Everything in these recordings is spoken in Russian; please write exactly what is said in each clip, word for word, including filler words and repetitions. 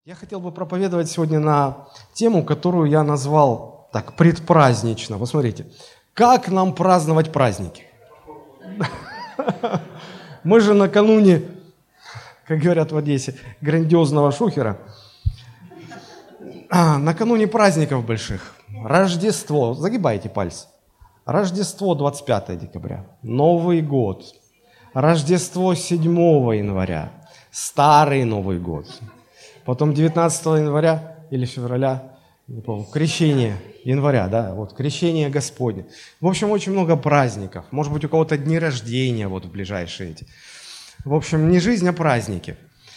Я хотел бы проповедовать сегодня на тему, которую я назвал так предпразднично. Посмотрите, как нам праздновать праздники? Мы же накануне, как говорят в Одессе, грандиозного шухера, а, накануне праздников больших, Рождество, загибайте пальцы, Рождество двадцать пятого декабря, Новый год, Рождество седьмого января, Старый Новый год. Потом девятнадцатого января или февраля, не помню, крещение, января, да, вот, крещение Господне. В общем, очень много праздников. Может быть, у кого-то дни рождения вот в ближайшие эти. В общем, не жизнь, а праздники.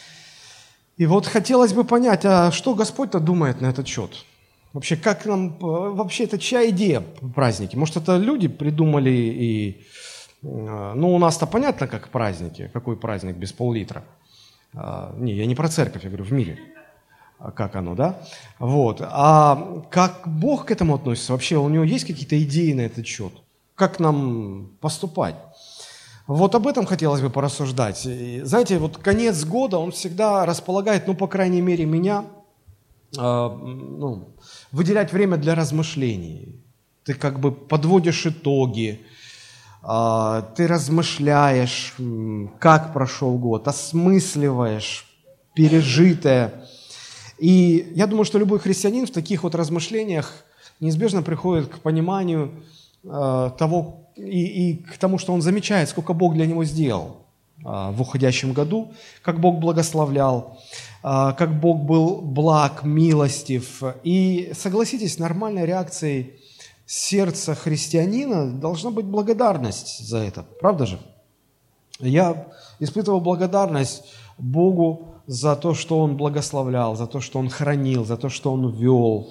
И вот хотелось бы понять, а что Господь-то думает на этот счет? Вообще, как нам, вообще, это чья идея праздники? Может, это люди придумали и... Ну, у нас-то понятно, как праздники. Какой праздник без пол-литра? Не, я не про церковь, я говорю в мире. Как оно, да? Вот. А как Бог к этому относится? Вообще, у него есть какие-то идеи на этот счет? Как нам поступать? Вот об этом хотелось бы порассуждать. И, знаете, вот конец года, он всегда располагает, ну, по крайней мере, меня, э, ну, выделять время для размышлений. Ты как бы подводишь итоги, ты размышляешь, как прошел год, осмысливаешь пережитое. И я думаю, что любой христианин в таких вот размышлениях неизбежно приходит к пониманию того и, и к тому, что он замечает, сколько Бог для него сделал в уходящем году, как Бог благословлял, как Бог был благ, милостив. И согласитесь, нормальной реакцией сердца христианина должна быть благодарность за это, правда же? Я испытывал благодарность Богу за то, что Он благословлял, за то, что Он хранил, за то, что Он вел.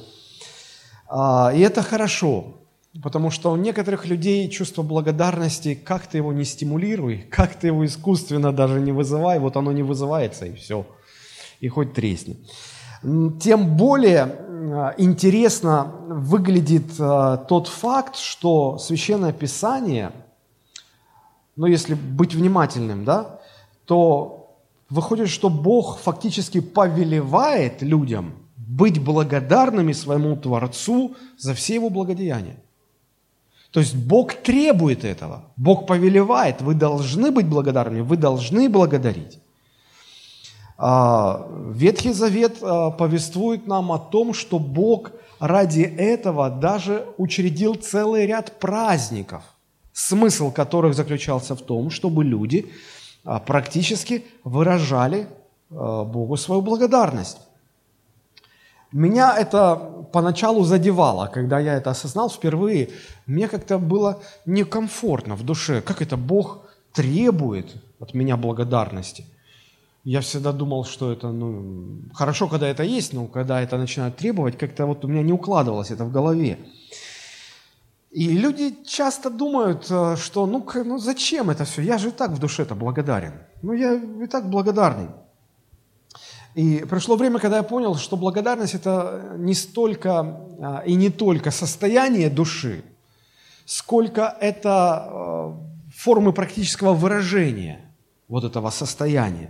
И это хорошо, потому что у некоторых людей чувство благодарности, как ты его не стимулируй, как ты его искусственно даже не вызывай, вот оно не вызывается, и все, и хоть тресни. Тем более интересно выглядит тот факт, что Священное Писание, ну, если быть внимательным, да, то выходит, что Бог фактически повелевает людям быть благодарными своему Творцу за все его благодеяния. То есть Бог требует этого, Бог повелевает, вы должны быть благодарными, вы должны благодарить. Ветхий Завет повествует нам о том, что Бог ради этого даже учредил целый ряд праздников, смысл которых заключался в том, чтобы люди практически выражали Богу свою благодарность. Меня это поначалу задевало, когда я это осознал впервые, мне как-то было некомфортно в душе, как это Бог требует от меня благодарности. Я всегда думал, что это, ну, хорошо, когда это есть, но когда это начинают требовать, как-то вот у меня не укладывалось это в голове. И люди часто думают, что, ну, ну зачем это все? Я же и так в душе-то благодарен. Ну, я и так благодарный. И пришло время, когда я понял, что благодарность – это не столько и не только состояние души, сколько это формы практического выражения вот этого состояния.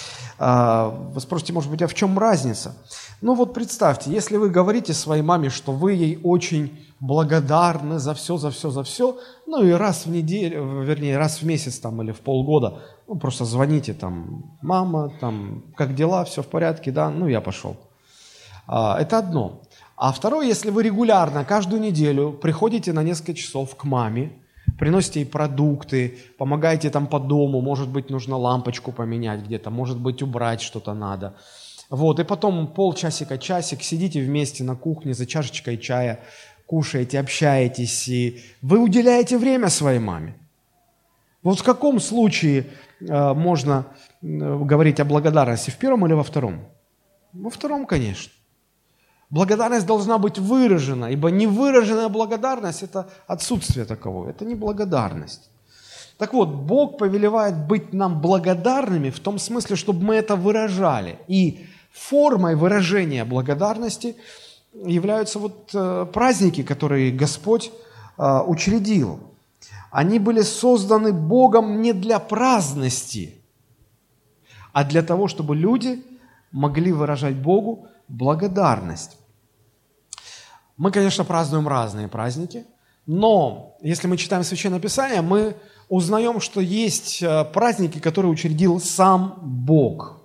Вы спросите, может быть, а в чем разница? Ну вот представьте, если вы говорите своей маме, что вы ей очень благодарны за все, за все, за все, ну и раз в неделю, вернее, раз в месяц там, или в полгода, ну просто звоните там, мама, там, как дела, все в порядке, да, ну я пошел. Это одно. А второе, если вы регулярно, каждую неделю приходите на несколько часов к маме, приносите ей продукты, помогаете там по дому, может быть, нужно лампочку поменять где-то, может быть, убрать что-то надо. Вот, и потом полчасика, часик сидите вместе на кухне за чашечкой чая, кушаете, общаетесь, и вы уделяете время своей маме. Вот в каком случае э, можно э, говорить о благодарности, в первом или во втором? Во втором, конечно. Благодарность должна быть выражена, ибо невыраженная благодарность – это отсутствие такового, это не благодарность. Так вот, Бог повелевает быть нам благодарными в том смысле, чтобы мы это выражали. И формой выражения благодарности являются вот э, праздники, которые Господь э, учредил. Они были созданы Богом не для праздности, а для того, чтобы люди могли выражать Богу благодарность. Мы, конечно, празднуем разные праздники, но если мы читаем Священное Писание, мы узнаем, что есть праздники, которые учредил сам Бог.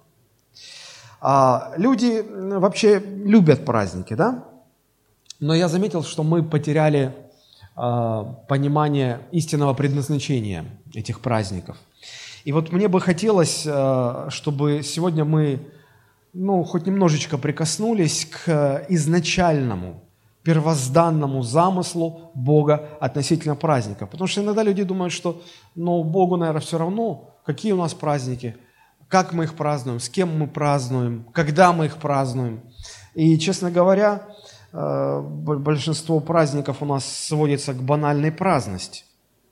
Люди вообще любят праздники, да? Но я заметил, что мы потеряли понимание истинного предназначения этих праздников. И вот мне бы хотелось, чтобы сегодня мы, ну, хоть немножечко прикоснулись к изначальному, первозданному замыслу Бога относительно праздников. Потому что иногда люди думают, что, ну, Богу, наверное, все равно, какие у нас праздники, как мы их празднуем, с кем мы празднуем, когда мы их празднуем. И, честно говоря, большинство праздников у нас сводится к банальной праздности.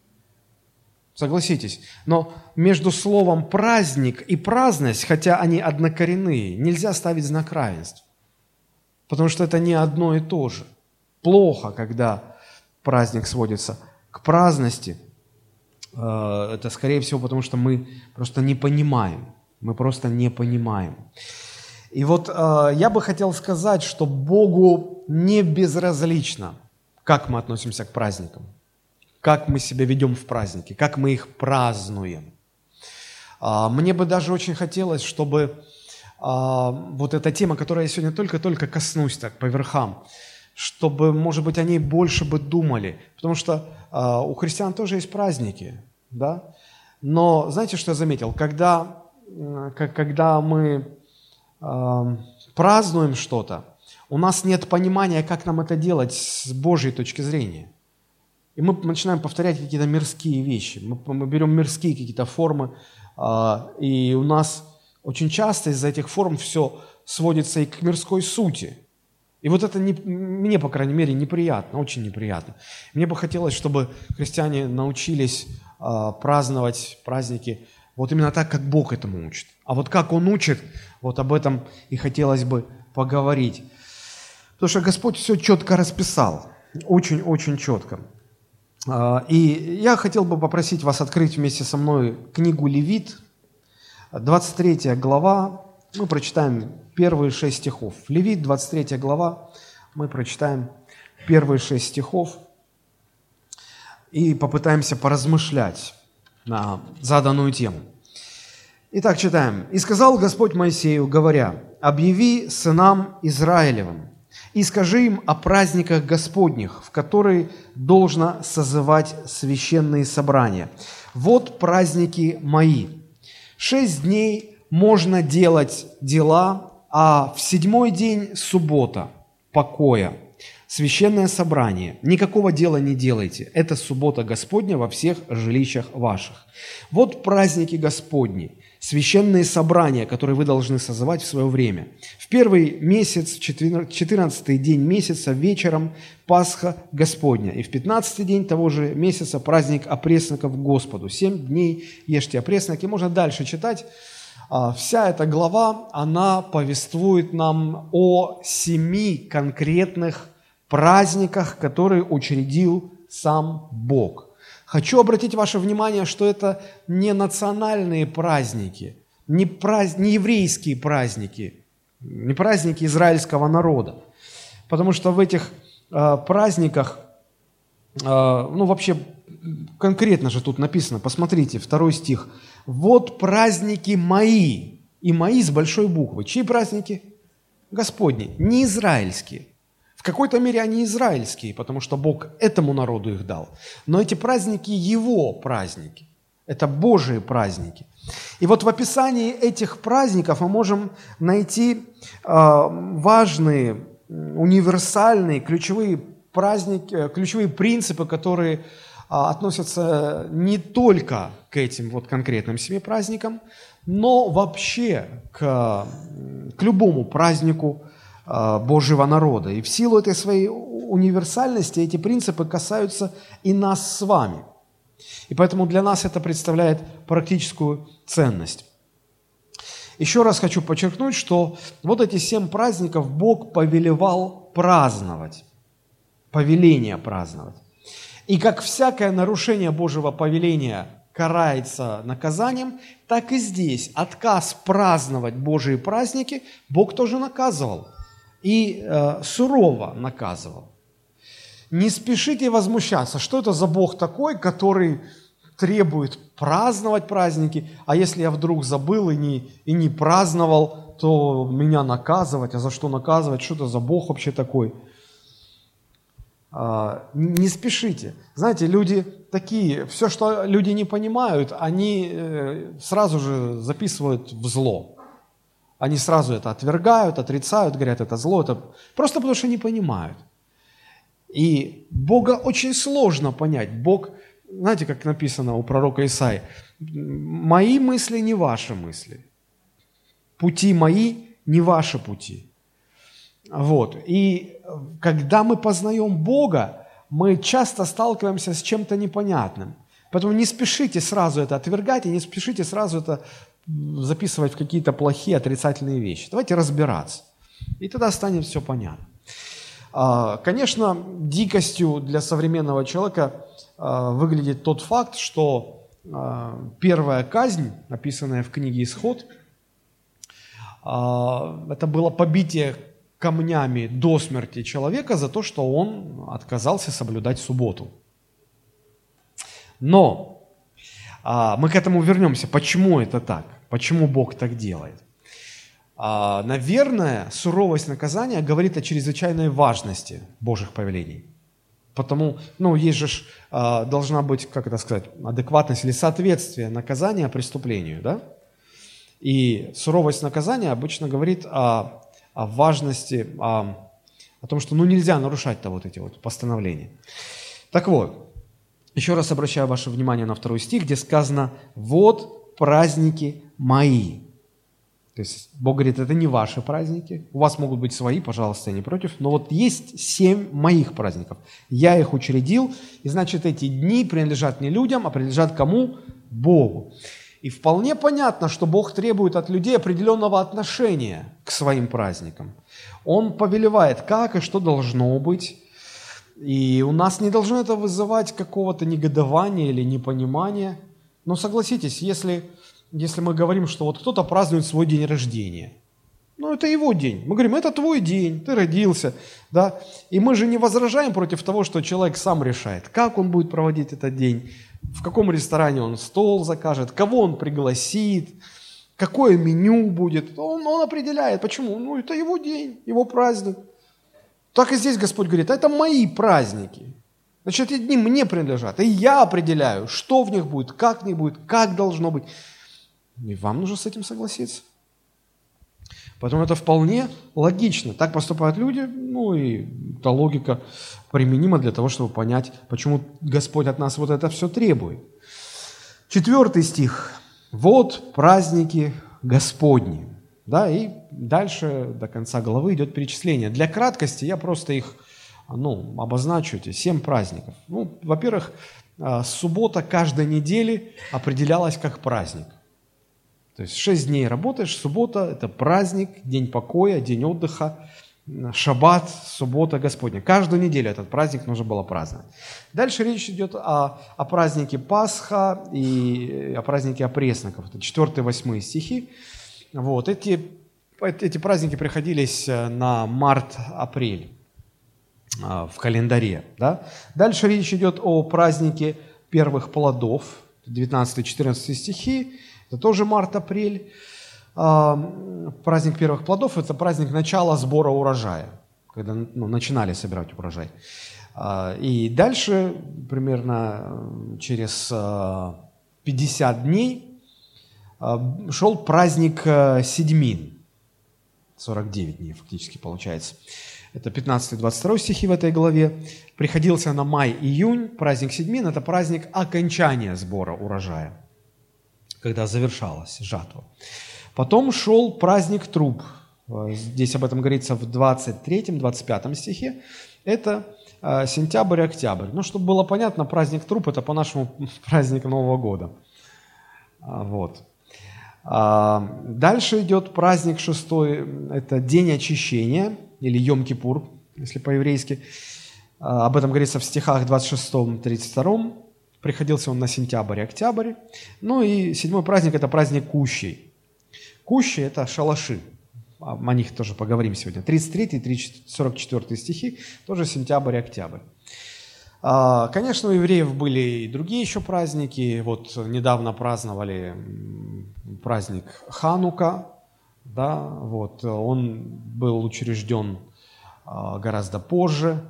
Согласитесь. Но между словом «праздник» и «праздность», хотя они однокоренные, нельзя ставить знак равенства. Потому что это не одно и то же. Плохо, когда праздник сводится к праздности. Это, скорее всего, потому что мы просто не понимаем. Мы просто не понимаем. И вот я бы хотел сказать, что Богу не безразлично, как мы относимся к праздникам, как мы себя ведем в праздники, как мы их празднуем. Мне бы даже очень хотелось, чтобы вот эта тема, которой я сегодня только-только коснусь так по верхам, чтобы, может быть, о ней больше бы думали. Потому что э, у христиан тоже есть праздники, да? Но знаете, что я заметил? Когда, э, когда мы э, празднуем что-то, у нас нет понимания, как нам это делать с Божьей точки зрения. И мы начинаем повторять какие-то мирские вещи. Мы, мы берем мирские какие-то формы, э, и у нас очень часто из-за этих форм все сводится и к мирской сути. И вот это не, мне, по крайней мере, неприятно, очень неприятно. Мне бы хотелось, чтобы христиане научились э, праздновать праздники вот именно так, как Бог этому учит. А вот как Он учит, вот об этом и хотелось бы поговорить. Потому что Господь все четко расписал, очень-очень четко. Э, и я хотел бы попросить вас открыть вместе со мной книгу Левит, двадцать третья глава. Мы прочитаем первые шесть стихов. Левит, двадцать третья глава, мы прочитаем первые шесть стихов и попытаемся поразмышлять на заданную тему. Итак, читаем. «И сказал Господь Моисею, говоря, объяви сынам Израилевым, и скажи им о праздниках Господних, в которые должно созывать священные собрания. Вот праздники мои. Шесть дней можно делать дела, а в седьмой день суббота, покоя, священное собрание. Никакого дела не делайте. Это суббота Господня во всех жилищах ваших. Вот праздники Господни, священные собрания, которые вы должны созывать в свое время. В первый месяц, в четырнадцатый день месяца вечером Пасха Господня. И в пятнадцатый день того же месяца праздник опресноков Господу. Семь дней ешьте опресноки. Можно дальше читать. Вся эта глава, она повествует нам о семи конкретных праздниках, которые учредил сам Бог. Хочу обратить ваше внимание, что это не национальные праздники, не, праз... не еврейские праздники, не праздники израильского народа. Потому что в этих э, праздниках, э, ну вообще конкретно же тут написано, посмотрите, второй стих. «Вот праздники мои», и «мои» с большой буквы. Чьи праздники? Господни, не израильские. В какой-то мере они израильские, потому что Бог этому народу их дал. Но эти праздники Его праздники. Это Божьи праздники. И вот в описании этих праздников мы можем найти э, важные, универсальные, ключевые праздники, ключевые принципы, которые э, относятся не только к этим вот конкретным семи праздникам, но вообще к, к любому празднику Божьего народа. И в силу этой своей универсальности эти принципы касаются и нас с вами. И поэтому для нас это представляет практическую ценность. Еще раз хочу подчеркнуть, что вот эти семь праздников Бог повелевал праздновать. Повеление праздновать. И как всякое нарушение Божьего повеления, карается наказанием, так и здесь отказ праздновать Божьи праздники Бог тоже наказывал. И э, сурово наказывал. Не спешите возмущаться, что это за Бог такой, который требует праздновать праздники, а если я вдруг забыл и не, и не праздновал, то меня наказывать, а за что наказывать, что это за Бог вообще такой? А, не спешите. Знаете, люди такие, все, что люди не понимают, они э, сразу же записывают в зло. Они сразу это отвергают, отрицают, говорят, это зло, это просто потому, что не понимают. И Бога очень сложно понять. Бог, знаете, как написано у пророка Исаии, «Мои мысли не ваши мысли, пути мои не ваши пути». Вот. И когда мы познаем Бога, мы часто сталкиваемся с чем-то непонятным. Поэтому не спешите сразу это отвергать и не спешите сразу это записывать в какие-то плохие, отрицательные вещи. Давайте разбираться. И тогда станет все понятно. Конечно, дикостью для современного человека выглядит тот факт, что первая казнь, описанная в книге «Исход», это было побитие камнями до смерти человека за то, что он отказался соблюдать субботу. Но мы к этому вернемся. Почему это так? Почему Бог так делает? Наверное, суровость наказания говорит о чрезвычайной важности Божьих повелений. Потому, ну, есть же, должна быть, как это сказать, адекватность или соответствие наказания преступлению, да? И суровость наказания обычно говорит о, о важности, о, о том, что, ну, нельзя нарушать-то вот эти вот постановления. Так вот, еще раз обращаю ваше внимание на второй стих, где сказано «Вот праздники мои». То есть Бог говорит, это не ваши праздники, у вас могут быть свои, пожалуйста, я не против, но вот есть семь моих праздников. Я их учредил, и значит, эти дни принадлежат не людям, а принадлежат кому? Богу. И вполне понятно, что Бог требует от людей определенного отношения к своим праздникам. Он повелевает, как и что должно быть, и у нас не должно это вызывать какого-то негодования или непонимания. Но согласитесь, если... Если мы говорим, что вот кто-то празднует свой день рождения, ну, это его день. Мы говорим, это твой день, ты родился, да. И мы же не возражаем против того, что человек сам решает, как он будет проводить этот день, в каком ресторане он стол закажет, кого он пригласит, какое меню будет. Он, он определяет. Почему? Ну, это его день, его праздник. Так и здесь Господь говорит, это мои праздники. Значит, эти дни мне принадлежат. И я определяю, что в них будет, как в них будет, как должно быть. И вам нужно с этим согласиться. Поэтому это вполне логично. Так поступают люди, ну и эта логика применима для того, чтобы понять, почему Господь от нас вот это все требует. Четвертый стих. «Вот праздники Господни». Да, и дальше до конца главы идет перечисление. Для краткости я просто их ну, обозначу, эти семь праздников. Ну, во-первых, суббота каждой недели определялась как праздник. То есть шесть дней работаешь, суббота – это праздник, день покоя, день отдыха, шаббат, суббота Господня. Каждую неделю этот праздник нужно было праздновать. Дальше речь идет о, о празднике Пасха и о празднике опресноков. Это четвёртый, восьмой стихи. Вот. Эти, эти праздники приходились на март-апрель в календаре. Да? Дальше речь идет о празднике первых плодов, девятнадцатый-четырнадцатый стихи. Это тоже март-апрель. Праздник первых плодов – это праздник начала сбора урожая, когда ну, начинали собирать урожай. И дальше, примерно через пятьдесят дней, шел праздник Седьмин. сорок девять дней фактически получается. Это пятнадцатый-двадцать второй стихи в этой главе. Приходился на май-июнь. Праздник Седьмин – это праздник окончания сбора урожая, когда завершалась жатва. Потом шел праздник труб. Здесь об этом говорится в двадцать третьем-двадцать пятом стихе. Это сентябрь и октябрь. Ну, чтобы было понятно, праздник труб – это по-нашему праздник Нового года. Вот. Дальше идет праздник шестой. Это день очищения, или Йом-Кипур, если по-еврейски. Об этом говорится в стихах двадцать шестом-тридцать втором. Приходился он на сентябрь и октябрь. Ну и седьмой праздник – это праздник Кущей. Кущи – это шалаши. О них тоже поговорим сегодня. тридцать третий — сорок четвёртый стихи, тоже сентябрь и октябрь. Конечно, у евреев были и другие еще праздники. Вот недавно праздновали праздник Ханука. Да, вот, он был учрежден гораздо позже,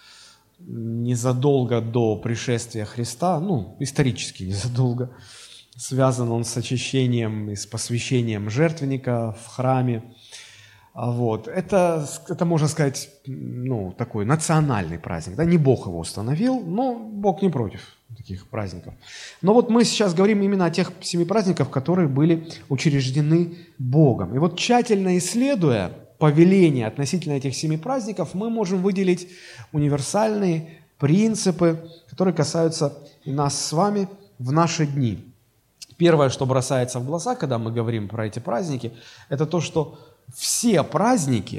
незадолго до пришествия Христа, ну, исторически незадолго. Связан он с очищением и с посвящением жертвенника в храме. Вот. Это, это, можно сказать, ну, такой национальный праздник. Да? Не Бог его установил, но Бог не против таких праздников. Но вот мы сейчас говорим именно о тех семи праздниках, которые были учреждены Богом. И вот тщательно исследуя повеления относительно этих семи праздников, мы можем выделить универсальные принципы, которые касаются и нас с вами в наши дни. Первое, что бросается в глаза, когда мы говорим про эти праздники, это то, что все праздники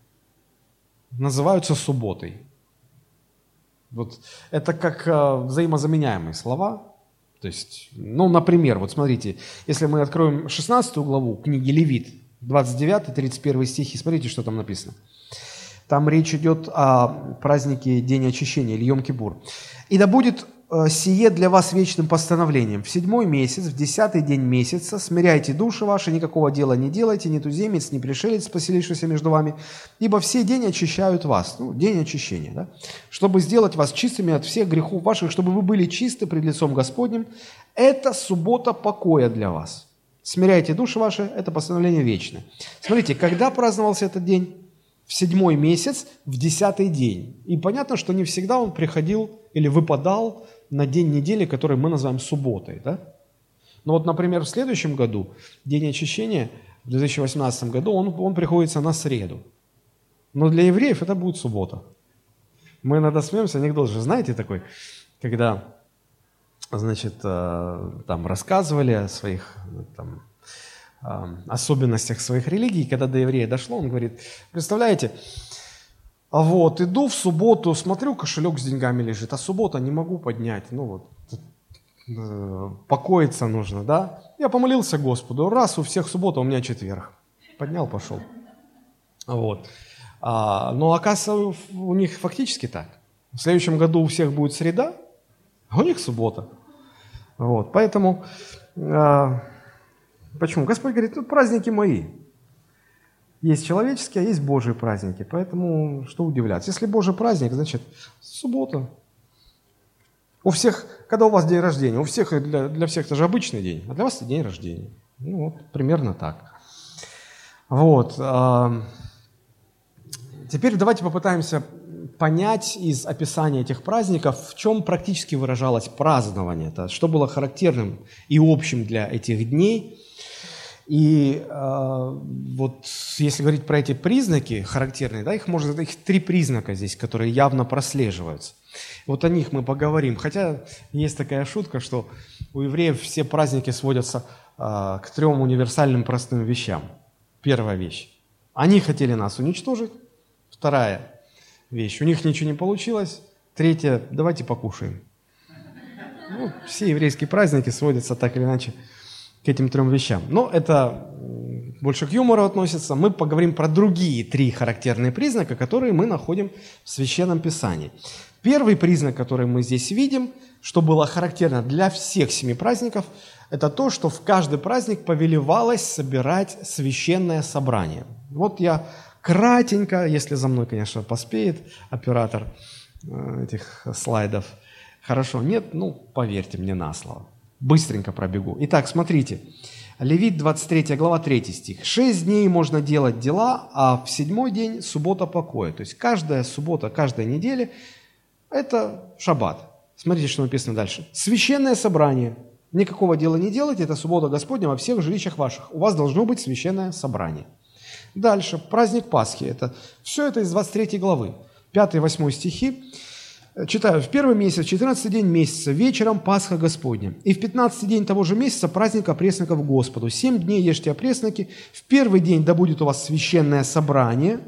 называются субботой. Вот это как э, взаимозаменяемые слова. То есть, ну, например, вот смотрите, если мы откроем шестнадцатую главу книги Левит, двадцать девятый — тридцать первый стихи, смотрите, что там написано. Там речь идет о празднике День очищения, или Йом-Кипур. «И да будет сие для вас вечным постановлением. В седьмой месяц, в десятый день месяца, смиряйте души ваши, никакого дела не делайте, ни туземец, ни пришелец, поселившийся между вами, ибо все день очищают вас». Ну, день очищения, да? «Чтобы сделать вас чистыми от всех грехов ваших, чтобы вы были чисты пред лицом Господним. Это суббота покоя для вас. Смиряйте души ваши, это постановление вечное». Смотрите, когда праздновался этот день? В седьмой месяц, в десятый день. И понятно, что не всегда он приходил или выпадал на день недели, который мы называем субботой. Да? Но вот, например, в следующем году, День очищения, в две тысячи восемнадцатом году, он, он приходится на среду. Но для евреев это будет суббота. Мы иногда смеемся, анекдот же, знаете такой, когда, значит, там рассказывали о своих там, особенностях своих религий, когда до еврея дошло, он говорит, представляете, а вот иду в субботу, смотрю, кошелек с деньгами лежит, а суббота не могу поднять, ну вот, э, покоиться нужно, да? Я помолился Господу, раз, у всех суббота, у меня четверг. Поднял, пошел. Вот. А, но оказывается, у них фактически так. В следующем году у всех будет среда, а у них суббота. Вот, поэтому... А, Почему? Господь говорит, ну, праздники мои. Есть человеческие, а есть Божьи праздники. Поэтому что удивляться? Если Божий праздник, значит, суббота. У всех, когда у вас день рождения, у всех, для, для всех это же обычный день, а для вас это день рождения. Ну вот, примерно так. Вот. Теперь давайте попытаемся понять из описания этих праздников, в чем практически выражалось празднование, это, что было характерным и общим для этих дней. И э, вот если говорить про эти признаки характерные, да, их можно, их три признака здесь, которые явно прослеживаются. Вот о них мы поговорим. Хотя есть такая шутка, что у евреев все праздники сводятся э, к трем универсальным простым вещам. Первая вещь. Они хотели нас уничтожить. Вторая вещь. У них ничего не получилось. Третья. Давайте покушаем. Ну, все еврейские праздники сводятся так или иначе к этим трем вещам. Но это больше к юмору относится. Мы поговорим про другие три характерные признака, которые мы находим в Священном Писании. Первый признак, который мы здесь видим, что было характерно для всех семи праздников, это то, что в каждый праздник повелевалось собирать священное собрание. Вот я кратенько, если за мной, конечно, поспеет оператор этих слайдов. Хорошо, нет, ну, поверьте мне на слово. Быстренько пробегу. Итак, смотрите. Левит, двадцать третья глава, третий стих. «Шесть дней можно делать дела, а в седьмой день суббота покоя». То есть каждая суббота, каждая неделя – это шаббат. Смотрите, что написано дальше. «Священное собрание». Никакого дела не делайте, это суббота Господня во всех жилищах ваших. У вас должно быть священное собрание. Дальше. Праздник Пасхи. Это, все это из двадцать третьей главы. пятый-восьмой стихи. Читаю. «В первый месяц, четырнадцатый день месяца, вечером Пасха Господня. И в пятнадцатый день того же месяца праздник опресноков Господу. Семь дней ешьте опресноки. В первый день да будет у вас священное собрание».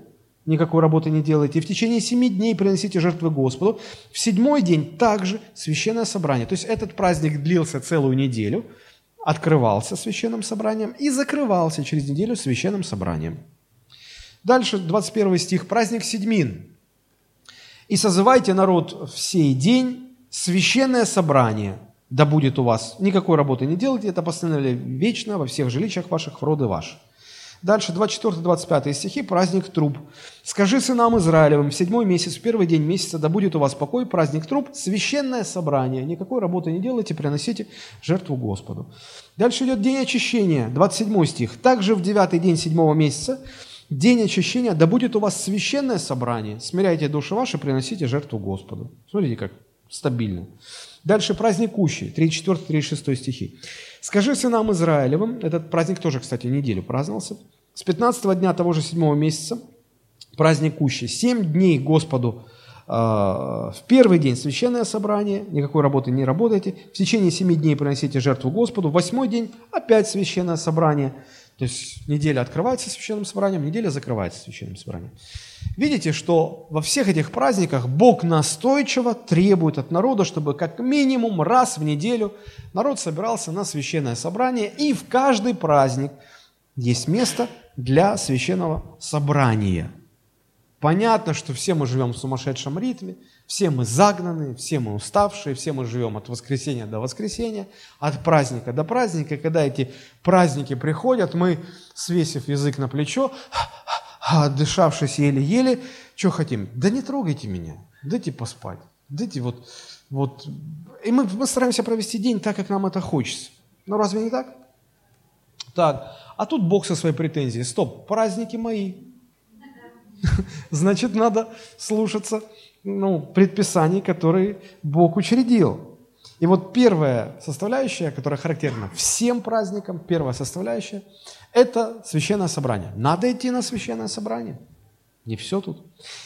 никакой работы не делайте. И в течение семи дней приносите жертвы Господу. В седьмой день также священное собрание. То есть этот праздник длился целую неделю, открывался священным собранием и закрывался через неделю священным собранием. Дальше двадцать первый стих. Праздник Седьмин. «И созывайте народ в сей день, священное собрание, да будет у вас». Никакой работы не делайте, это постановление вечно во всех жилищах ваших в роды ваши. Дальше двадцать четвёртый двадцать пятый стихи, праздник труб. «Скажи сынам Израилевым, в седьмой месяц, в первый день месяца, да будет у вас покой, праздник труб, священное собрание. Никакой работы не делайте, приносите жертву Господу». Дальше идет день очищения, двадцать седьмой стих. «Также в девятый день седьмого месяца, день очищения, да будет у вас священное собрание. Смиряйте души ваши, приносите жертву Господу». Смотрите, как стабильно. Дальше праздник Кущи, тридцать четвёртый тридцать шестой стихи. «Скажи сынам Израилевым», этот праздник тоже, кстати, неделю праздновался, «с пятнадцатого дня того же седьмого месяца, праздник Кущи, семь дней Господу, э, в первый день священное собрание, никакой работы не работайте, в течение семи дней приносите жертву Господу, в восьмой день опять священное собрание». То есть неделя открывается священным собранием, неделя закрывается священным собранием. Видите, что во всех этих праздниках Бог настойчиво требует от народа, чтобы как минимум раз в неделю народ собирался на священное собрание, и в каждый праздник есть место для священного собрания. Понятно, что все мы живем в сумасшедшем ритме, все мы загнанные, все мы уставшие, все мы живем от воскресенья до воскресенья, от праздника до праздника. И когда эти праздники приходят, мы, свесив язык на плечо, отдышавшись еле-еле, что хотим? Да не трогайте меня, дайте поспать, дайте вот, вот. И мы, мы стараемся провести день так, как нам это хочется. Ну разве не так? Так, а тут Бог со своей претензией. Стоп, праздники мои. Значит, надо слушаться ну, предписаний, которые Бог учредил. И вот первая составляющая, которая характерна всем праздникам, первая составляющая, это священное собрание. Надо идти на священное собрание. Не все тут.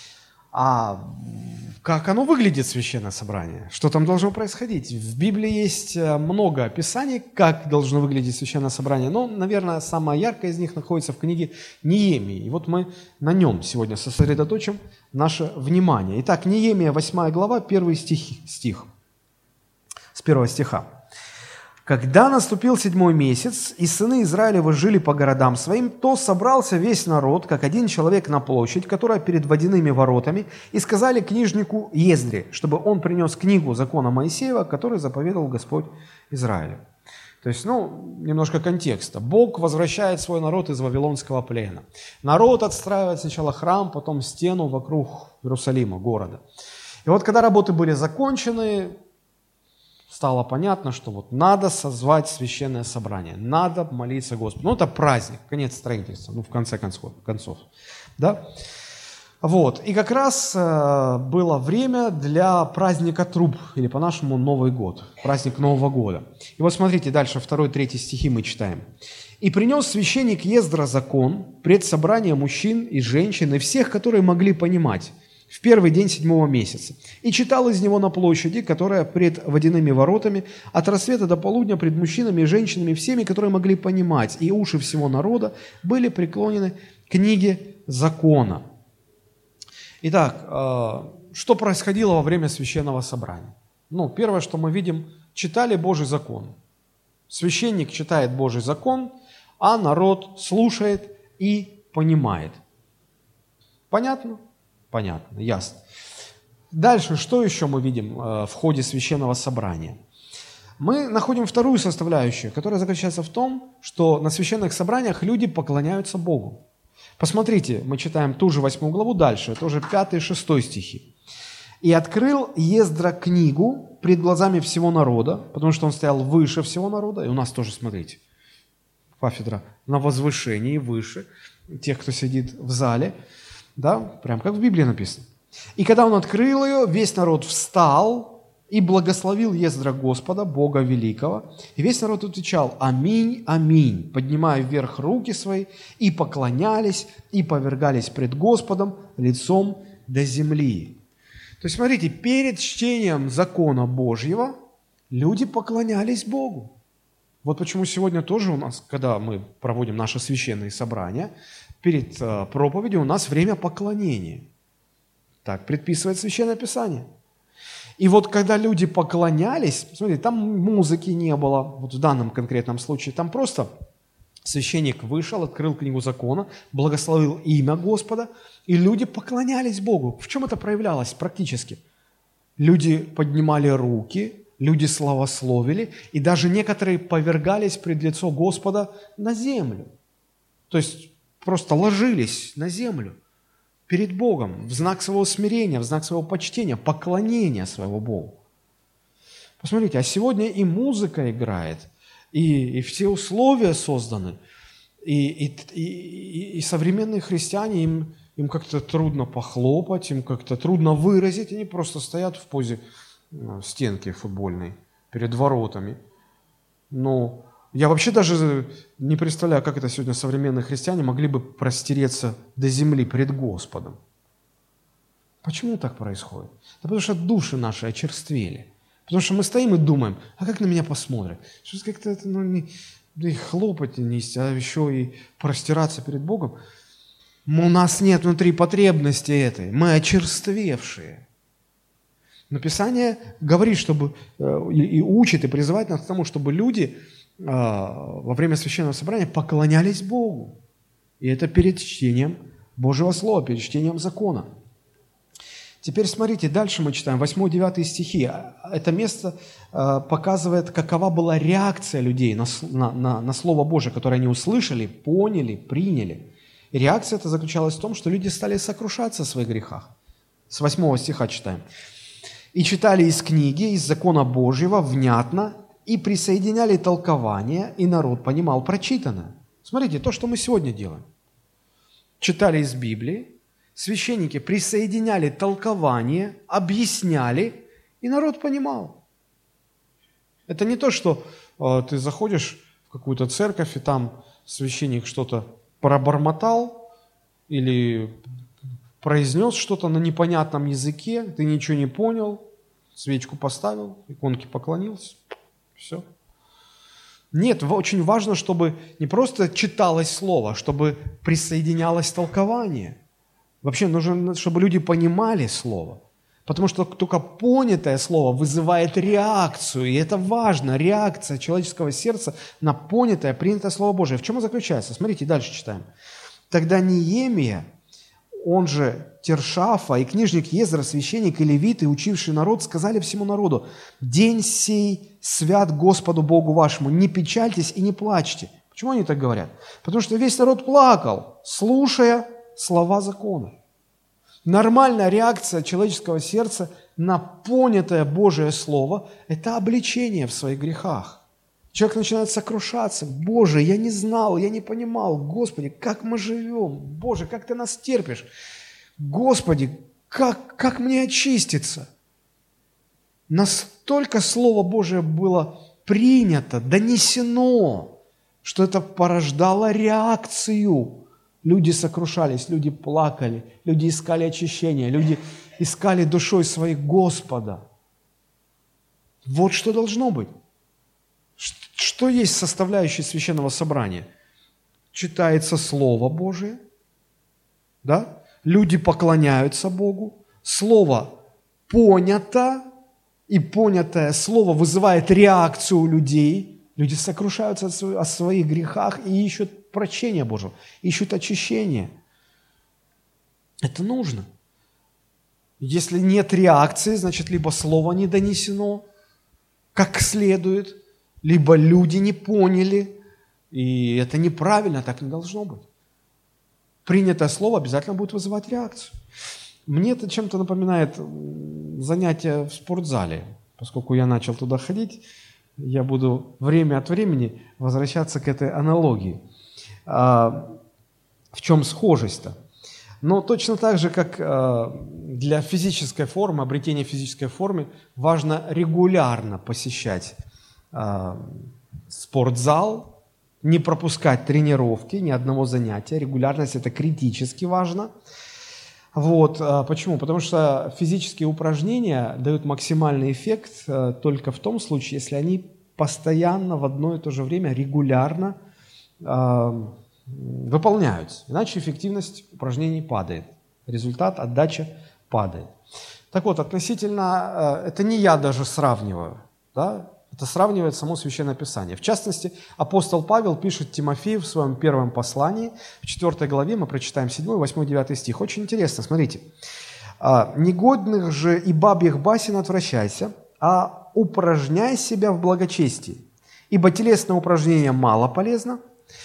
А как оно выглядит, священное собрание? Что там должно происходить? В Библии есть много описаний, как должно выглядеть священное собрание. Но, наверное, самое яркое из них находится в книге Неемии. И вот мы на нем сегодня сосредоточим наше внимание. Итак, Неемия, восьмая глава, первый стих, стих. С первого стиха. «Когда наступил седьмой месяц, и сыны Израилевы жили по городам своим, то собрался весь народ, как один человек на площадь, которая перед водяными воротами, и сказали книжнику Ездре, чтобы он принес книгу закона Моисеева, который заповедовал Господь Израилю». То есть, ну, немножко контекста. Бог возвращает свой народ из вавилонского плена. Народ отстраивает сначала храм, потом стену вокруг Иерусалима, города. И вот когда работы были закончены, стало понятно, что вот надо созвать священное собрание, надо молиться Господу. Ну, это праздник, конец строительства, ну, в конце концов. концов да? Вот. И как раз э, было время для праздника труб, или по-нашему Новый год, праздник Нового года. И вот смотрите, дальше второй, третий стихи мы читаем. «И принес священник Ездра закон пред собранием мужчин и женщин, и всех, которые могли понимать, в первый день седьмого месяца, и читал из него на площади, которая пред водяными воротами, от рассвета до полудня пред мужчинами и женщинами, всеми, которые могли понимать, и уши всего народа были преклонены к книге закона». Итак, что происходило во время священного собрания? Ну, первое, что мы видим, читали Божий закон. Священник читает Божий закон, а народ слушает и понимает. Понятно? Понятно, ясно. Дальше, что еще мы видим э, в ходе священного собрания? Мы находим вторую составляющую, которая заключается в том, что на священных собраниях люди поклоняются Богу. Посмотрите, мы читаем ту же восьмую главу дальше, тоже пятый и шестой стихи. «И открыл Ездра книгу пред глазами всего народа», потому что он стоял выше всего народа, и у нас тоже, смотрите, кафедра на возвышении выше тех, кто сидит в зале. Да, прям как в Библии написано. «И когда он открыл ее, весь народ встал и благословил Ездра Господа, Бога Великого. И весь народ отвечал: Аминь, аминь, поднимая вверх руки свои, и поклонялись, и повергались пред Господом лицом до земли». То есть, смотрите, перед чтением закона Божьего люди поклонялись Богу. Вот почему сегодня тоже у нас, когда мы проводим наши священные собрания, перед э, проповедью у нас время поклонения. Так предписывает Священное Писание. И вот когда люди поклонялись, смотрите, там музыки не было, вот в данном конкретном случае, там просто священник вышел, открыл книгу закона, благословил имя Господа, и люди поклонялись Богу. В чем это проявлялось практически? Люди поднимали руки, люди славословили, и даже некоторые повергались пред лицо Господа на землю. То есть просто ложились на землю перед Богом в знак своего смирения, в знак своего почтения, поклонения своего Богу. Посмотрите, а сегодня и музыка играет, и, и все условия созданы, и, и, и, и современные христиане, им, им как-то трудно похлопать, им как-то трудно выразить, они просто стоят в позе стенки футбольной перед воротами. Но я вообще даже не представляю, как это сегодня современные христиане могли бы простереться до земли пред Господом. Почему так происходит? Да потому что души наши очерствели. Потому что мы стоим и думаем, а как на меня посмотрят? Что как-то это, ну, не, да и хлопать не есть, а еще и простираться перед Богом. У нас нет внутри потребности этой, мы очерствевшие. Но Писание говорит, чтобы, и учит, и призывает нас к тому, чтобы люди во время священного собрания поклонялись Богу. И это перед чтением Божьего Слова, перед чтением закона. Теперь смотрите, дальше мы читаем восьмой-девятый стихи. Это место показывает, какова была реакция людей на, на, на, на Слово Божие, которое они услышали, поняли, приняли. И реакция эта заключалась в том, что люди стали сокрушаться о своих грехах. С восьмого стиха читаем. «И читали из книги, из закона Божьего внятно, и присоединяли толкование, и народ понимал прочитанное». Смотрите, то, что мы сегодня делаем. Читали из Библии, священники присоединяли толкование, объясняли, и народ понимал. Это не то, что э, ты заходишь в какую-то церковь, и там священник что-то пробормотал или произнес что-то на непонятном языке, ты ничего не понял, свечку поставил, иконке поклонился, все. Нет, очень важно, чтобы не просто читалось слово, чтобы присоединялось толкование. Вообще нужно, чтобы люди понимали слово. Потому что только понятое слово вызывает реакцию, и это важно, реакция человеческого сердца на понятое, принятое Слово Божие. В чем оно заключается? Смотрите, дальше читаем. «Тогда Неемия, он же Тершафа, и книжник Ездра, священник и левиты, учивший народ, сказали всему народу: день сей свят Господу Богу вашему, не печальтесь и не плачьте». Почему они так говорят? Потому что весь народ плакал, слушая слова закона. Нормальная реакция человеческого сердца на понятое Божие Слово – это обличение в своих грехах. Человек начинает сокрушаться. Боже, я не знал, я не понимал. Господи, как мы живем? Боже, как Ты нас терпишь? Господи, как, как мне очиститься? Настолько Слово Божие было принято, донесено, что это порождало реакцию. Люди сокрушались, люди плакали, люди искали очищения, люди искали душой своей Господа. Вот что должно быть. Что есть составляющей священного собрания? Читается Слово Божие, да? Люди поклоняются Богу, Слово понято, и понятое Слово вызывает реакцию у людей. Люди сокрушаются о своих грехах и ищут прощения Божьего, ищут очищения. Это нужно. Если нет реакции, значит, либо Слово не донесено как следует, либо люди не поняли, и это неправильно, так не должно быть. Принятое слово обязательно будет вызывать реакцию. Мне это чем-то напоминает занятия в спортзале. Поскольку я начал туда ходить, я буду время от времени возвращаться к этой аналогии. А в чем схожесть-то? Но точно так же, как для физической формы, обретения физической формы, важно регулярно посещать спортзал, не пропускать тренировки, ни одного занятия. Регулярность – это критически важно. Вот. Почему? Потому что физические упражнения дают максимальный эффект только в том случае, если они постоянно в одно и то же время, регулярно выполняются. Иначе эффективность упражнений падает. Результат, отдача падает. Так вот, относительно, это не я даже сравниваю, да? Это сравнивает само Священное Писание. В частности, апостол Павел пишет Тимофею в своем первом послании, в четвёртой главе, мы прочитаем седьмой, восьмой, девятый стих. Очень интересно, смотрите. «Негодных же и бабьих басен отвращайся, а упражняй себя в благочестии, ибо телесное упражнение мало полезно».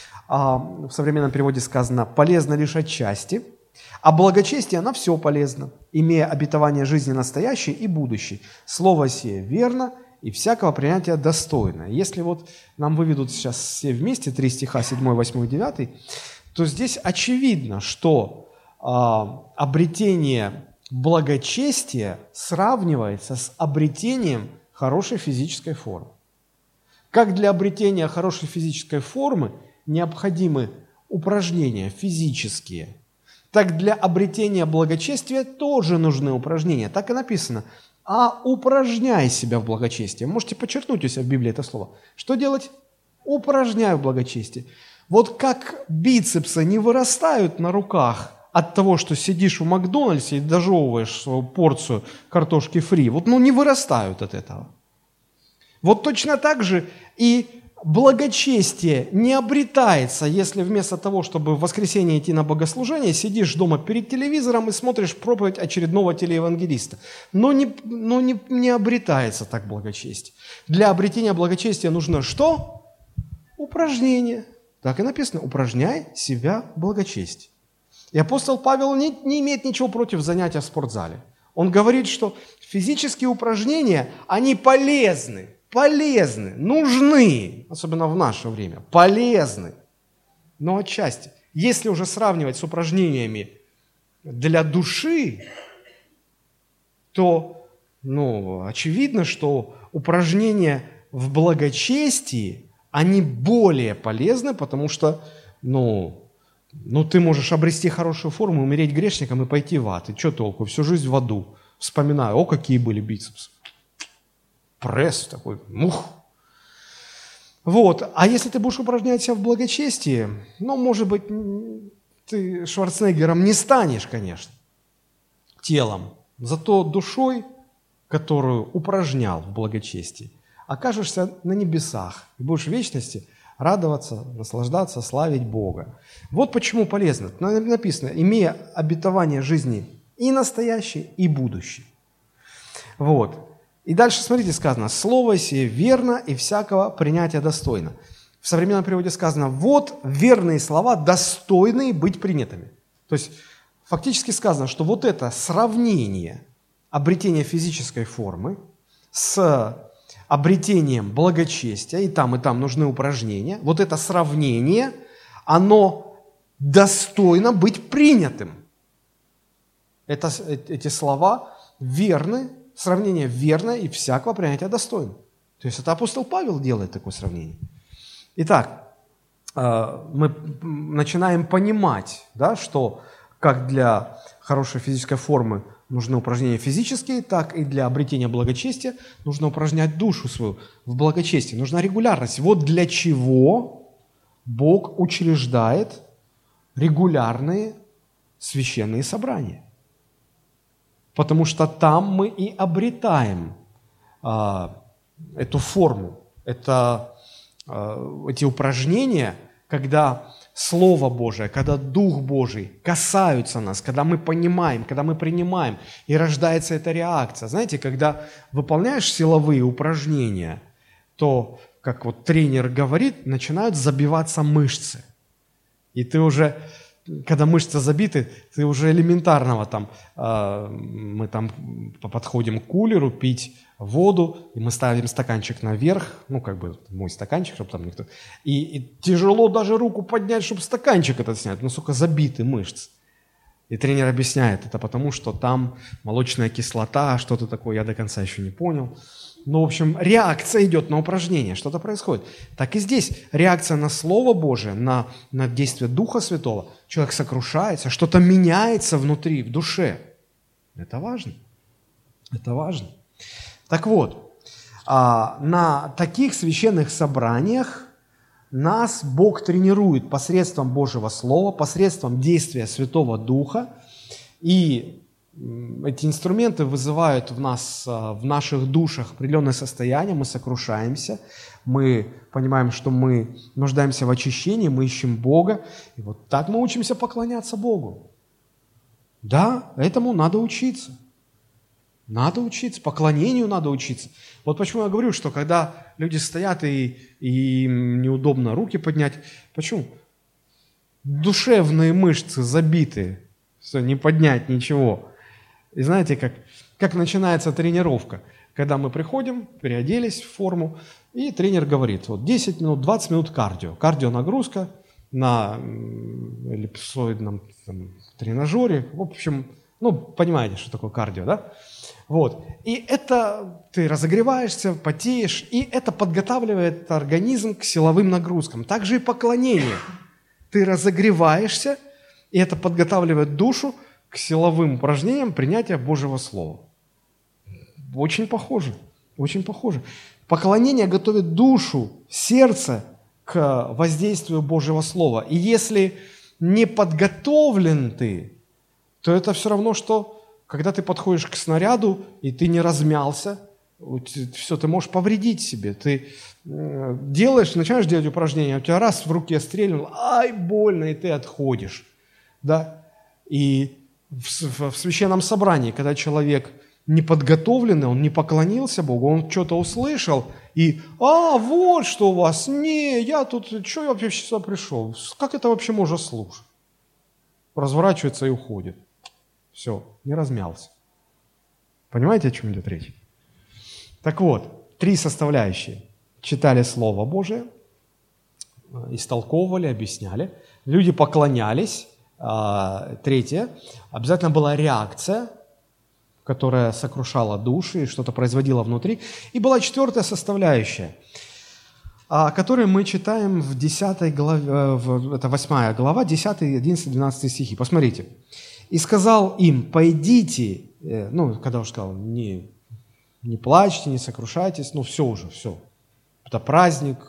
В современном переводе сказано «полезно лишь отчасти», а благочестие на все полезно, имея обетование жизни настоящей и будущей. Слово сие верно, и всякого принятия достойно. Если вот нам выведут сейчас все вместе три стиха, седьмой, восьмой, девятый, то здесь очевидно, что э, обретение благочестия сравнивается с обретением хорошей физической формы. Как для обретения хорошей физической формы необходимы упражнения физические, так для обретения благочестия тоже нужны упражнения. Так и написано. А упражняй себя в благочестии. Можете подчеркнуть у себя в Библии это слово. Что делать? Упражняй в благочестии. Вот как бицепсы не вырастают на руках от того, что сидишь в Макдональдсе и дожевываешь свою порцию картошки фри. Вот ну не вырастают от этого. Вот точно так же и благочестие не обретается, если вместо того, чтобы в воскресенье идти на богослужение, сидишь дома перед телевизором и смотришь проповедь очередного телеевангелиста. Но не, но не, не обретается так благочестие. Для обретения благочестия нужно что? Упражнение. Так и написано. Упражняй себя в благочестии. И апостол Павел не, не имеет ничего против занятия в спортзале. Он говорит, что физические упражнения, они полезны. Полезны, нужны, особенно в наше время, полезны. Но отчасти, если уже сравнивать с упражнениями для души, то ну, очевидно, что упражнения в благочестии, они более полезны, потому что ну, ну, ты можешь обрести хорошую форму, умереть грешником и пойти в ад. И что толку? Всю жизнь в аду. Вспоминаю, о, какие были бицепсы. Пресс такой, мух. Вот. А если ты будешь упражнять себя в благочестии, ну, может быть, ты Шварценеггером не станешь, конечно, телом, зато душой, которую упражнял в благочестии, окажешься на небесах и будешь в вечности радоваться, наслаждаться, славить Бога. Вот почему полезно. Написано, имея обетование жизни и настоящей, и будущей. Вот. И дальше, смотрите, сказано, «Слово сие верно, и всякого принятия достойно». В современном переводе сказано, вот верные слова, достойные быть принятыми. То есть, фактически сказано, что вот это сравнение обретения физической формы с обретением благочестия, и там, и там нужны упражнения, вот это сравнение, оно достойно быть принятым. Это, эти слова верны, сравнение верное и всякого принятия достойно. То есть это апостол Павел делает такое сравнение. Итак, мы начинаем понимать, да, что как для хорошей физической формы нужны упражнения физические, так и для обретения благочестия нужно упражнять душу свою в благочестии. Нужна регулярность. Вот для чего Бог учреждает регулярные священные собрания. Потому что там мы и обретаем а, эту форму, это, а, эти упражнения, когда Слово Божие, когда Дух Божий касаются нас, когда мы понимаем, когда мы принимаем, и рождается эта реакция. Знаете, когда выполняешь силовые упражнения, то, как вот тренер говорит, начинают забиваться мышцы. И ты уже... Когда мышцы забиты, ты уже элементарного там, э, мы там подходим к кулеру пить воду, и мы ставим стаканчик наверх, ну, как бы мой стаканчик, чтобы там никто... И, и тяжело даже руку поднять, чтобы стаканчик этот снять, ну, сука, забиты мышцы. И тренер объясняет, это потому, что там молочная кислота, что-то такое, я до конца еще не понял. Ну, в общем, реакция идет на упражнение, что-то происходит. Так и здесь реакция на Слово Божие, на, на действие Духа Святого. Человек сокрушается, что-то меняется внутри, в душе. Это важно. Это важно. Так вот, на таких священных собраниях Нас Бог тренирует посредством Божьего Слова, посредством действия Святого Духа, и эти инструменты вызывают в нас, в наших душах определенное состояние, мы сокрушаемся, мы понимаем, что мы нуждаемся в очищении, мы ищем Бога, и вот так мы учимся поклоняться Богу. Да, этому надо учиться. Надо учиться, поклонению надо учиться. Вот почему я говорю, что когда люди стоят и, и им неудобно руки поднять, почему? Душевные мышцы забиты, все, не поднять ничего. И знаете, как, как начинается тренировка? Когда мы приходим, переоделись в форму, и тренер говорит, вот десять минут, двадцать минут кардио. Кардионагрузка на эллипсоидном там, тренажере. В общем, ну, понимаете, что такое кардио, да? Вот. И это ты разогреваешься, потеешь, и это подготавливает организм к силовым нагрузкам. Также и поклонение. Ты разогреваешься, и это подготавливает душу к силовым упражнениям принятия Божьего Слова. Очень похоже, очень похоже. Поклонение готовит душу, сердце к воздействию Божьего Слова. И если не подготовлен ты, то это все равно, что когда ты подходишь к снаряду, и ты не размялся, все, ты можешь повредить себе. Ты делаешь, начинаешь делать упражнения, у тебя раз в руке стрельнул, ай, больно, и ты отходишь. Да? И в, в священном собрании, когда человек неподготовленный, он не поклонился Богу, он что-то услышал, и, а, вот что у вас, не, я тут, что я вообще сюда пришел, как это вообще можно слушать? Разворачивается и уходит. Все, не размялся. Понимаете, о чем идет речь? Так вот, три составляющие. Читали Слово Божие, истолковывали, объясняли. Люди поклонялись. Третье, обязательно была реакция, которая сокрушала души и что-то производила внутри. И была четвертая составляющая, о которой мы читаем в десятой главе, это восьмая глава, десятый, одиннадцатый, двенадцатый стихи. Посмотрите. «И сказал им, пойдите», ну, когда уже сказал, не, не плачьте, не сокрушайтесь, ну, все уже, все. Это праздник,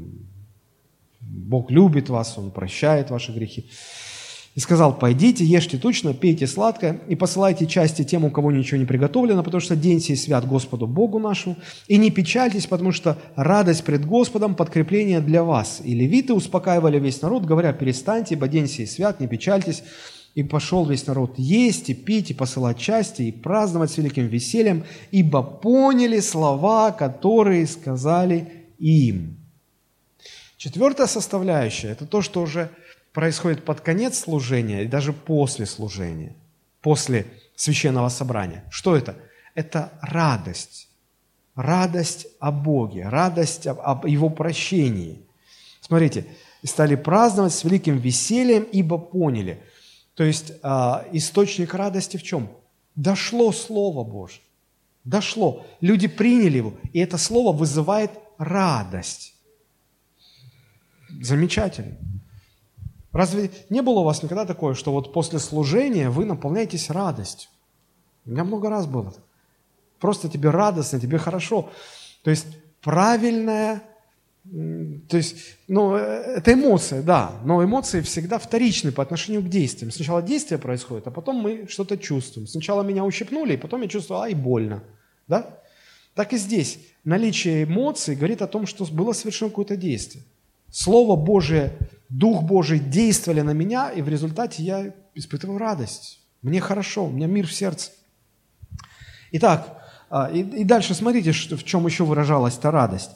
Бог любит вас, Он прощает ваши грехи. «И сказал, пойдите, ешьте тучно, пейте сладкое, и посылайте части тем, у кого ничего не приготовлено, потому что день сей свят Господу Богу нашему, и не печальтесь, потому что радость пред Господом – подкрепление для вас». И левиты успокаивали весь народ, говоря, перестаньте, ибо день сей свят, не печальтесь. И пошел весь народ есть и пить, и посылать части, и праздновать с великим весельем, ибо поняли слова, которые сказали им. Четвертая составляющая – это то, что уже происходит под конец служения и даже после служения, после священного собрания. Что это? Это радость. Радость о Боге, радость об Его прощении. Смотрите, и стали праздновать с великим весельем, ибо поняли. То есть э, источник радости в чем? Дошло Слово Божье. Дошло. Люди приняли его, и это Слово вызывает радость. Замечательно. Разве не было у вас никогда такое, что вот после служения вы наполняетесь радостью? У меня много раз было. Просто тебе радостно, тебе хорошо. То есть правильная... То есть, ну, это эмоция, да, но эмоции всегда вторичны по отношению к действиям. Сначала действие происходит, а потом мы что-то чувствуем. Сначала меня ущипнули, и потом я чувствую, ай, больно, да? Так и здесь наличие эмоций говорит о том, что было совершено какое-то действие. Слово Божие, Дух Божий действовали на меня, и в результате я испытывал радость. Мне хорошо, у меня мир в сердце. Итак, и, и дальше смотрите, в чем еще выражалась эта радость.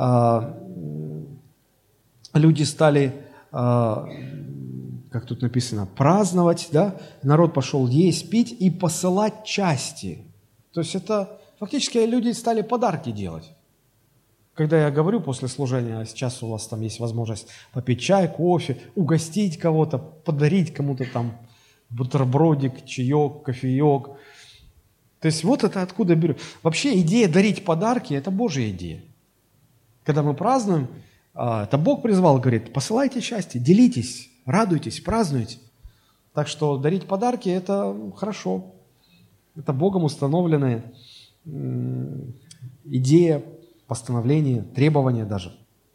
Люди стали, как тут написано, праздновать, да? Народ пошел есть, пить и посылать части. То есть это фактически люди стали подарки делать. Когда я говорю после служения, сейчас у вас там есть возможность попить чай, кофе, угостить кого-то, подарить кому-то там бутербродик, чаек, кофеек. То есть вот это откуда беру. Вообще идея дарить подарки – это Божья идея. Когда мы празднуем, это Бог призвал, говорит, посылайте части, делитесь, радуйтесь, празднуйте. Так что дарить подарки – это хорошо. Это Богом установленная идея, постановление, требование даже.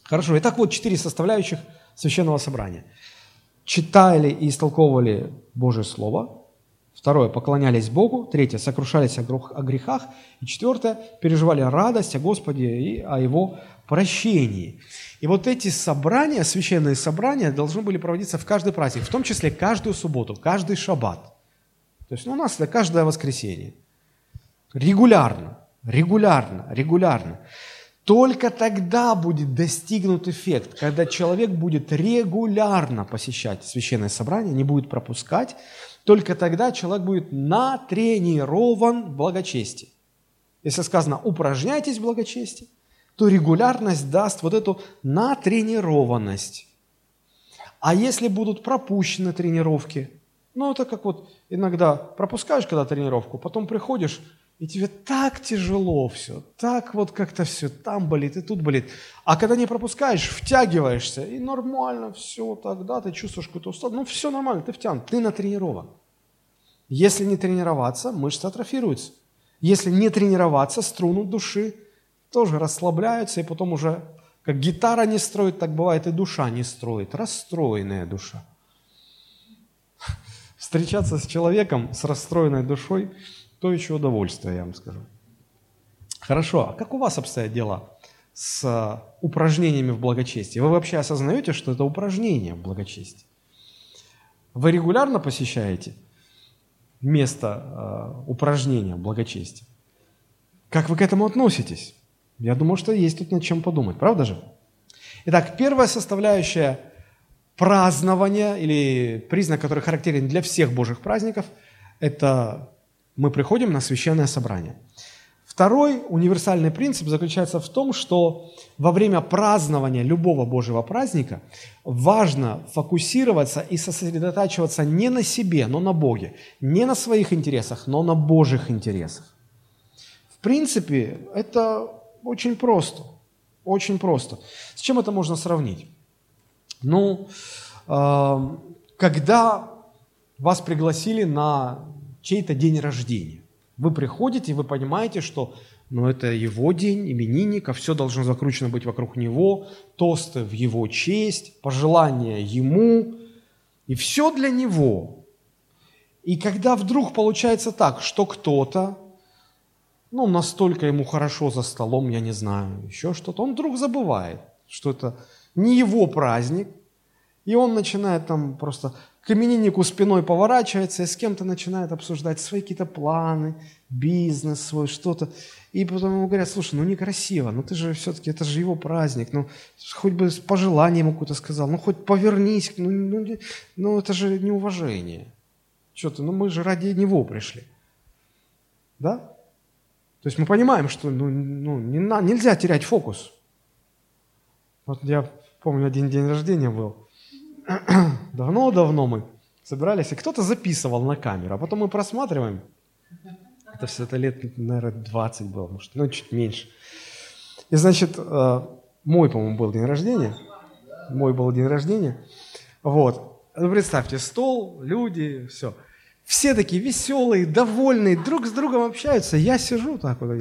Хорошо, итак, вот четыре составляющих священного собрания. Читали и истолковывали Божье Слово. Второе, поклонялись Богу. Третье, сокрушались о грехах. И четвертое, переживали радость о Господе и о Его прощении. И вот эти собрания, священные собрания, должны были проводиться в каждый праздник, в том числе каждую субботу, каждый шаббат. То есть ну, у нас это каждое воскресенье. Регулярно, регулярно, регулярно. Только тогда будет достигнут эффект, когда человек будет регулярно посещать священное собрание, не будет пропускать, только тогда человек будет натренирован в благочестии. Если сказано «упражняйтесь в благочестии», то регулярность даст вот эту натренированность. А если будут пропущены тренировки, ну это как вот иногда пропускаешь когда тренировку, потом приходишь, и тебе так тяжело все, так вот как-то все, там болит и тут болит. А когда не пропускаешь, втягиваешься, и нормально все, тогда ты чувствуешь какую-то усталость. Ну все нормально, ты втянут, ты натренирован. Если не тренироваться, мышцы атрофируются. Если не тренироваться, струны души тоже расслабляются, и потом уже, как гитара не строит, так бывает и душа не строит, расстроенная душа. Встречаться с человеком с расстроенной душой – то еще удовольствие, я вам скажу. Хорошо, а как у вас обстоят дела с упражнениями в благочестии? Вы вообще осознаете, что это упражнение в благочестии? Вы регулярно посещаете место э, упражнения в благочестии? Как вы к этому относитесь? Я думаю, что есть тут над чем подумать, правда же? Итак, первая составляющая празднования, или признак, который характерен для всех Божьих праздников, это мы приходим на священное собрание. Второй универсальный принцип заключается в том, что во время празднования любого Божьего праздника важно фокусироваться и сосредотачиваться не на себе, но на Боге. Не на своих интересах, но на Божьих интересах. В принципе, это очень просто. Очень просто. С чем это можно сравнить? Ну, э, когда вас пригласили на чей-то день рождения. Вы приходите, и вы понимаете, что ну, это его день, именинника, все должно закручено быть вокруг него, тосты в его честь, пожелания ему, и все для него. И когда вдруг получается так, что кто-то, ну, настолько ему хорошо за столом, я не знаю, еще что-то, он вдруг забывает, что это не его праздник, и он начинает там просто к имениннику спиной поворачивается и с кем-то начинает обсуждать свои какие-то планы, бизнес свой, что-то. И потом ему говорят, слушай, ну некрасиво, ну ты же все-таки, это же его праздник, ну хоть бы пожелание ему какое-то сказал, ну хоть повернись, ну, ну, ну это же неуважение. Что-то, ну мы же ради него пришли. Да? То есть мы понимаем, что ну, ну, не, нельзя терять фокус. Вот я помню, один день рождения был. Давно-давно мы собирались, и кто-то записывал на камеру, а потом мы просматриваем. Это все это лет, наверное, двадцать было, может, ну, чуть меньше. И, значит, мой, по-моему, был день рождения. Мой был день рождения. Вот. Ну, представьте, стол, люди, все. Все такие веселые, довольные, друг с другом общаются. Я сижу так вот.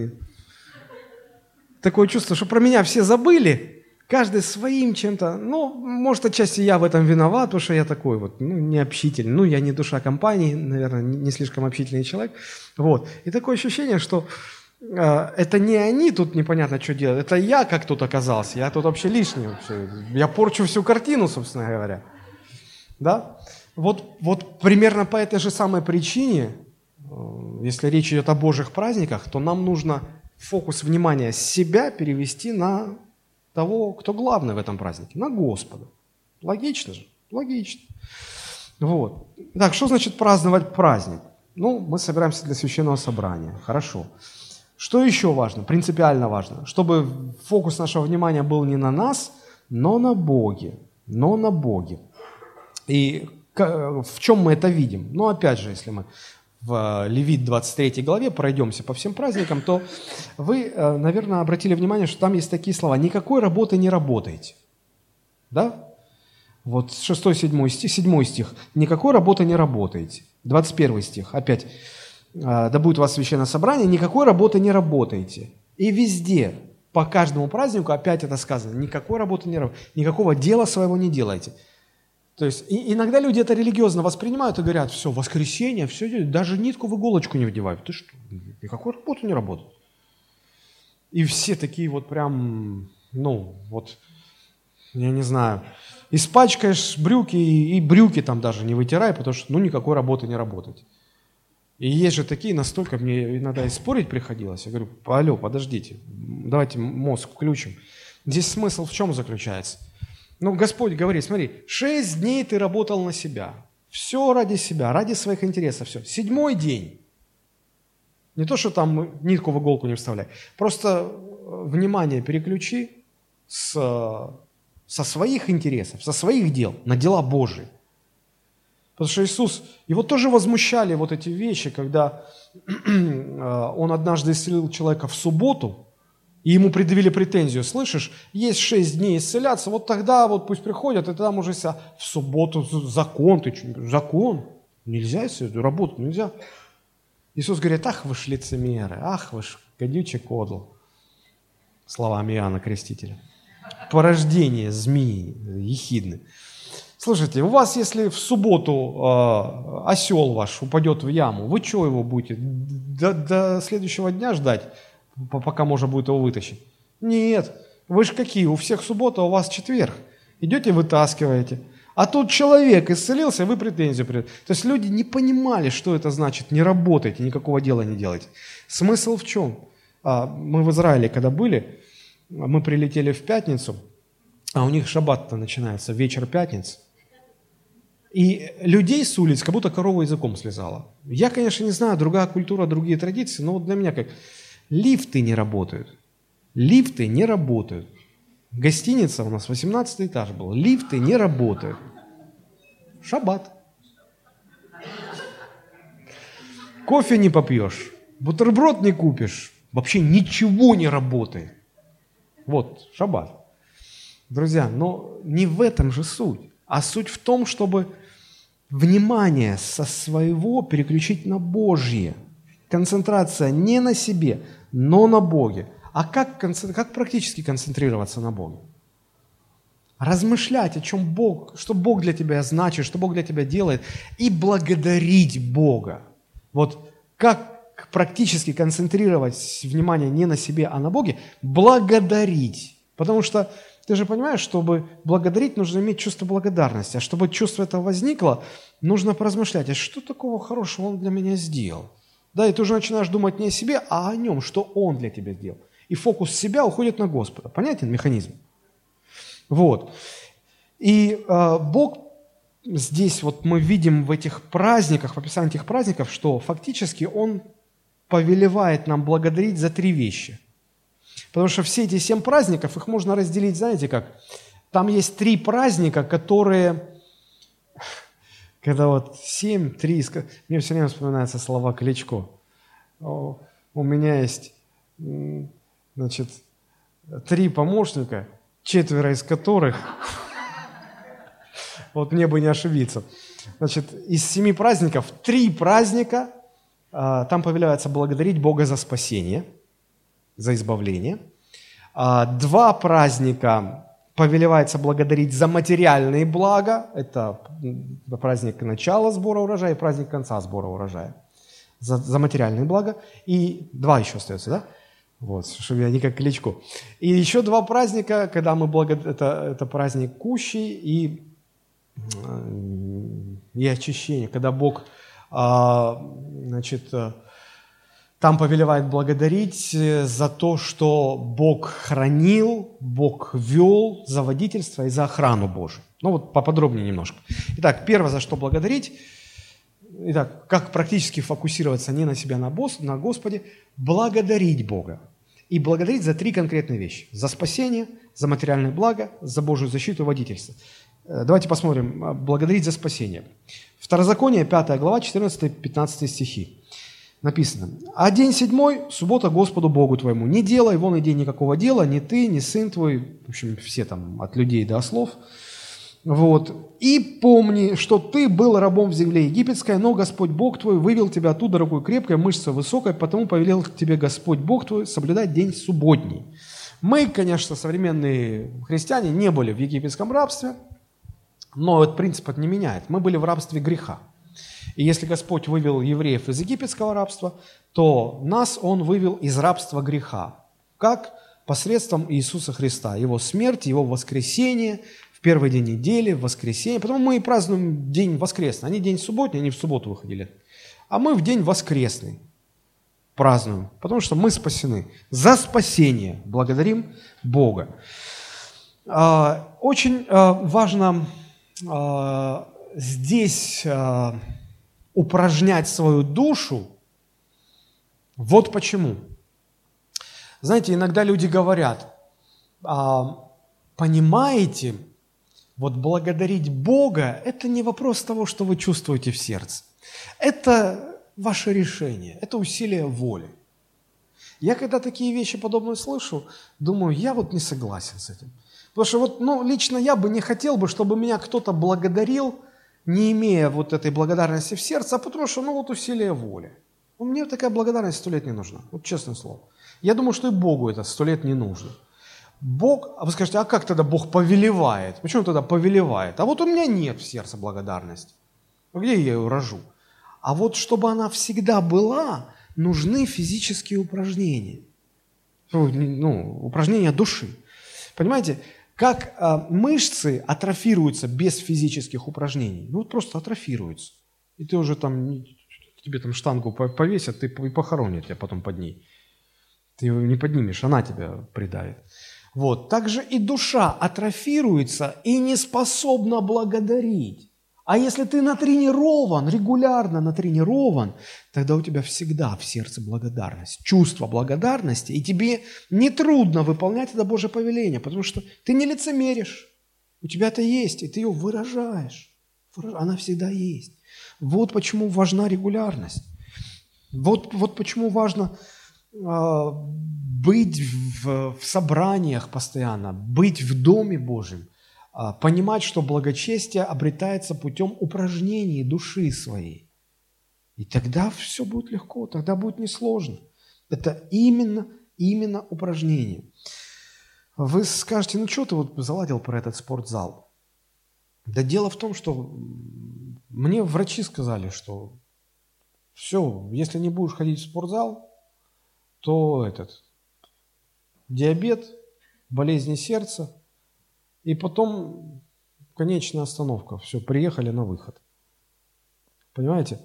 Такое чувство, что про меня все забыли. Каждый своим чем-то, ну, может, отчасти я в этом виноват, потому что я такой вот, ну, необщительный, ну, я не душа компании, наверное, не слишком общительный человек, вот. И такое ощущение, что э, это не они тут непонятно что делают, это я как тут оказался, я тут вообще лишний, вообще. Я порчу всю картину, собственно говоря, да? Вот, вот примерно по этой же самой причине, э, если речь идет о Божьих праздниках, то нам нужно фокус внимания с себя перевести на того, кто главный в этом празднике, на Господа. Логично же? Логично. Вот. Так, что значит праздновать праздник? Ну, мы собираемся для священного собрания. Хорошо. Что еще важно? Принципиально важно. Чтобы фокус нашего внимания был не на нас, но на Боге. Но на Боге. И в чем мы это видим? Ну, опять же, если мы в Левит двадцать третьей главе пройдемся по всем праздникам, то вы, наверное, обратили внимание, что там есть такие слова. Никакой работы не работайте. Да? Вот шестой-седьмой стих, седьмой стих. Никакой работы не работаете. двадцать первый стих. Опять. Да будет у вас священное собрание. Никакой работы не работаете. И везде по каждому празднику опять это сказано. Никакой работы не работает, никакого дела своего не делайте. То есть и, иногда люди это религиозно воспринимают и говорят, все, воскресенье, все, даже нитку в иголочку не вдевают. Ты что, никакой работы не работает. И все такие вот прям, ну, вот, я не знаю, испачкаешь брюки, и, и брюки там даже не вытирай, потому что, ну, никакой работы не работает. И есть же такие, настолько мне иногда и спорить приходилось. Я говорю, алло, подождите, давайте мозг включим. Здесь смысл в чем заключается? Ну, Господь говорит, смотри, шесть дней ты работал на себя. Все ради себя, ради своих интересов, все. Седьмой день. Не то, что там нитку в иголку не вставляй. Просто внимание переключи с, со своих интересов, со своих дел на дела Божии. Потому что Иисус, его тоже возмущали вот эти вещи, когда он однажды исцелил человека в субботу, и ему предъявили претензию, слышишь, есть шесть дней исцеляться, вот тогда вот пусть приходят, и тогда можно себя в субботу, закон, ты что, закон, нельзя исцелять, работать нельзя. Иисус говорит, ах вы ж лицемеры, ах вы ж гадючий кодл, словами Иоанна Крестителя. Порождение змеи, ехидны. Слушайте, у вас, если в субботу э, осел ваш упадет в яму, вы что его будете до, до следующего дня ждать, пока можно будет его вытащить? Нет, вы же какие, у всех суббота, у вас четверг. Идете, вытаскиваете. А тут человек исцелился, вы претензию предъявляете. То есть люди не понимали, что это значит, не работайте, никакого дела не делайте. Смысл в чем? А, мы в Израиле, когда были, мы прилетели в пятницу, а у них шаббат-то начинается, вечер пятницы. И людей с улиц как будто корова языком слезала. Я, конечно, не знаю, другая культура, другие традиции, но вот для меня как лифты не работают. Лифты не работают. Гостиница у нас восемнадцатый этаж был. Лифты не работают. Шаббат. Кофе не попьешь, бутерброд не купишь. Вообще ничего не работает. Вот, шаббат. Друзья, но не в этом же суть. А суть в том, чтобы внимание со своего переключить на Божье. Концентрация не на себе, но на Боге. А как, как практически концентрироваться на Боге? Размышлять, о чем Бог, что Бог для тебя значит, что Бог для тебя делает, и благодарить Бога. Вот как практически концентрировать внимание не на себе, а на Боге? Благодарить. Потому что ты же понимаешь, чтобы благодарить, нужно иметь чувство благодарности. А чтобы чувство это возникло, нужно поразмышлять, а что такого хорошего Он для меня сделал? Да, и ты уже начинаешь думать не о себе, а о Нем, что Он для тебя сделал. И фокус себя уходит на Господа. Понятен механизм? Вот. И э, Бог здесь, вот мы видим в этих праздниках, в описании этих праздников, что фактически Он повелевает нам благодарить за три вещи. Потому что все эти семь праздников, их можно разделить, знаете как? Там есть три праздника, которые, когда вот семь, три, мне все время вспоминаются слова Кличко. У меня есть, значит, три помощника, четверо из которых, вот мне бы не ошибиться, значит, из семи праздников, три праздника, там повелевается благодарить Бога за спасение, за избавление. Два праздника повелевается благодарить за материальные блага. Это праздник начала сбора урожая и праздник конца сбора урожая. За, за материальные блага. И два еще остается, да? Вот, чтобы я не как Кличко. И еще два праздника, когда мы благо... это, это праздник кущи и, и очищение, когда Бог, значит, там повелевает благодарить за то, что Бог хранил, Бог вел за водительство и за охрану Божию. Ну вот поподробнее немножко. Итак, первое, за что благодарить. Итак, как практически фокусироваться не на себя, а на, босс, на Господе. Благодарить Бога. И благодарить за три конкретные вещи. За спасение, за материальное благо, за Божью защиту и водительство. Давайте посмотрим. Благодарить за спасение. Второзаконие, пятая глава, четырнадцатый-пятнадцатый стихи. Написано: «А день седьмой, суббота Господу Богу твоему. Не делай вон и день никакого дела, ни ты, ни сын твой». В общем, все там, от людей до ослов. Вот. «И помни, что ты был рабом в земле египетской, но Господь Бог твой вывел тебя оттуда рукой крепкой, мышца высокой, потому повелел тебе Господь Бог твой соблюдать день субботний. Мы, конечно, современные христиане, не были в египетском рабстве, но этот принцип это не меняет. Мы были в рабстве греха. И если Господь вывел евреев из египетского рабства, то нас Он вывел из рабства греха. Как? Посредством Иисуса Христа, Его смерти, Его воскресения в первый день недели, в воскресенье. Потому мы и празднуем день воскресный. Они день субботний, они в субботу выходили. А мы в день воскресный празднуем, потому что мы спасены. За спасение благодарим Бога. Очень важно здесь упражнять свою душу. Вот почему. Знаете, иногда люди говорят, понимаете, вот благодарить Бога – это не вопрос того, что вы чувствуете в сердце. Это ваше решение, это усилие воли. Я когда такие вещи подобные слышу, думаю, я вот не согласен с этим. Потому что вот, ну, лично я бы не хотел бы, чтобы меня кто-то благодарил, не имея вот этой благодарности в сердце, а потому что, ну, вот усилие воли. Ну, мне такая благодарность сто лет не нужна, вот честное слово. Я думаю, что и Богу это сто лет не нужно. Бог, а вы скажете, а как тогда Бог повелевает? Почему тогда повелевает? А вот у меня нет в сердце благодарности. Где я ее рожу? А вот чтобы она всегда была, нужны физические упражнения. Ну, упражнения души. Понимаете, как а, мышцы атрофируются без физических упражнений? Ну, вот просто атрофируются. И ты уже там, тебе там штангу повесят, ты и похоронят тебя потом под ней. Ты ее не поднимешь, она тебя придавит. Вот. Также и душа атрофируется и не способна благодарить. А если ты натренирован, регулярно натренирован, тогда у тебя всегда в сердце благодарность, чувство благодарности, и тебе нетрудно выполнять это Божье повеление, потому что ты не лицемеришь, у тебя это есть, и ты ее выражаешь. Она всегда есть. Вот почему важна регулярность. Вот, вот почему важно э, быть в, в собраниях постоянно, быть в Доме Божьем. Понимать, что благочестие обретается путем упражнений души своей. И тогда все будет легко, тогда будет несложно. Это именно, именно упражнение. Вы скажете, ну что ты вот заладил про этот спортзал? Да дело в том, что мне врачи сказали, что все, если не будешь ходить в спортзал, то этот диабет, болезни сердца, и потом конечная остановка. Все, приехали на выход. Понимаете?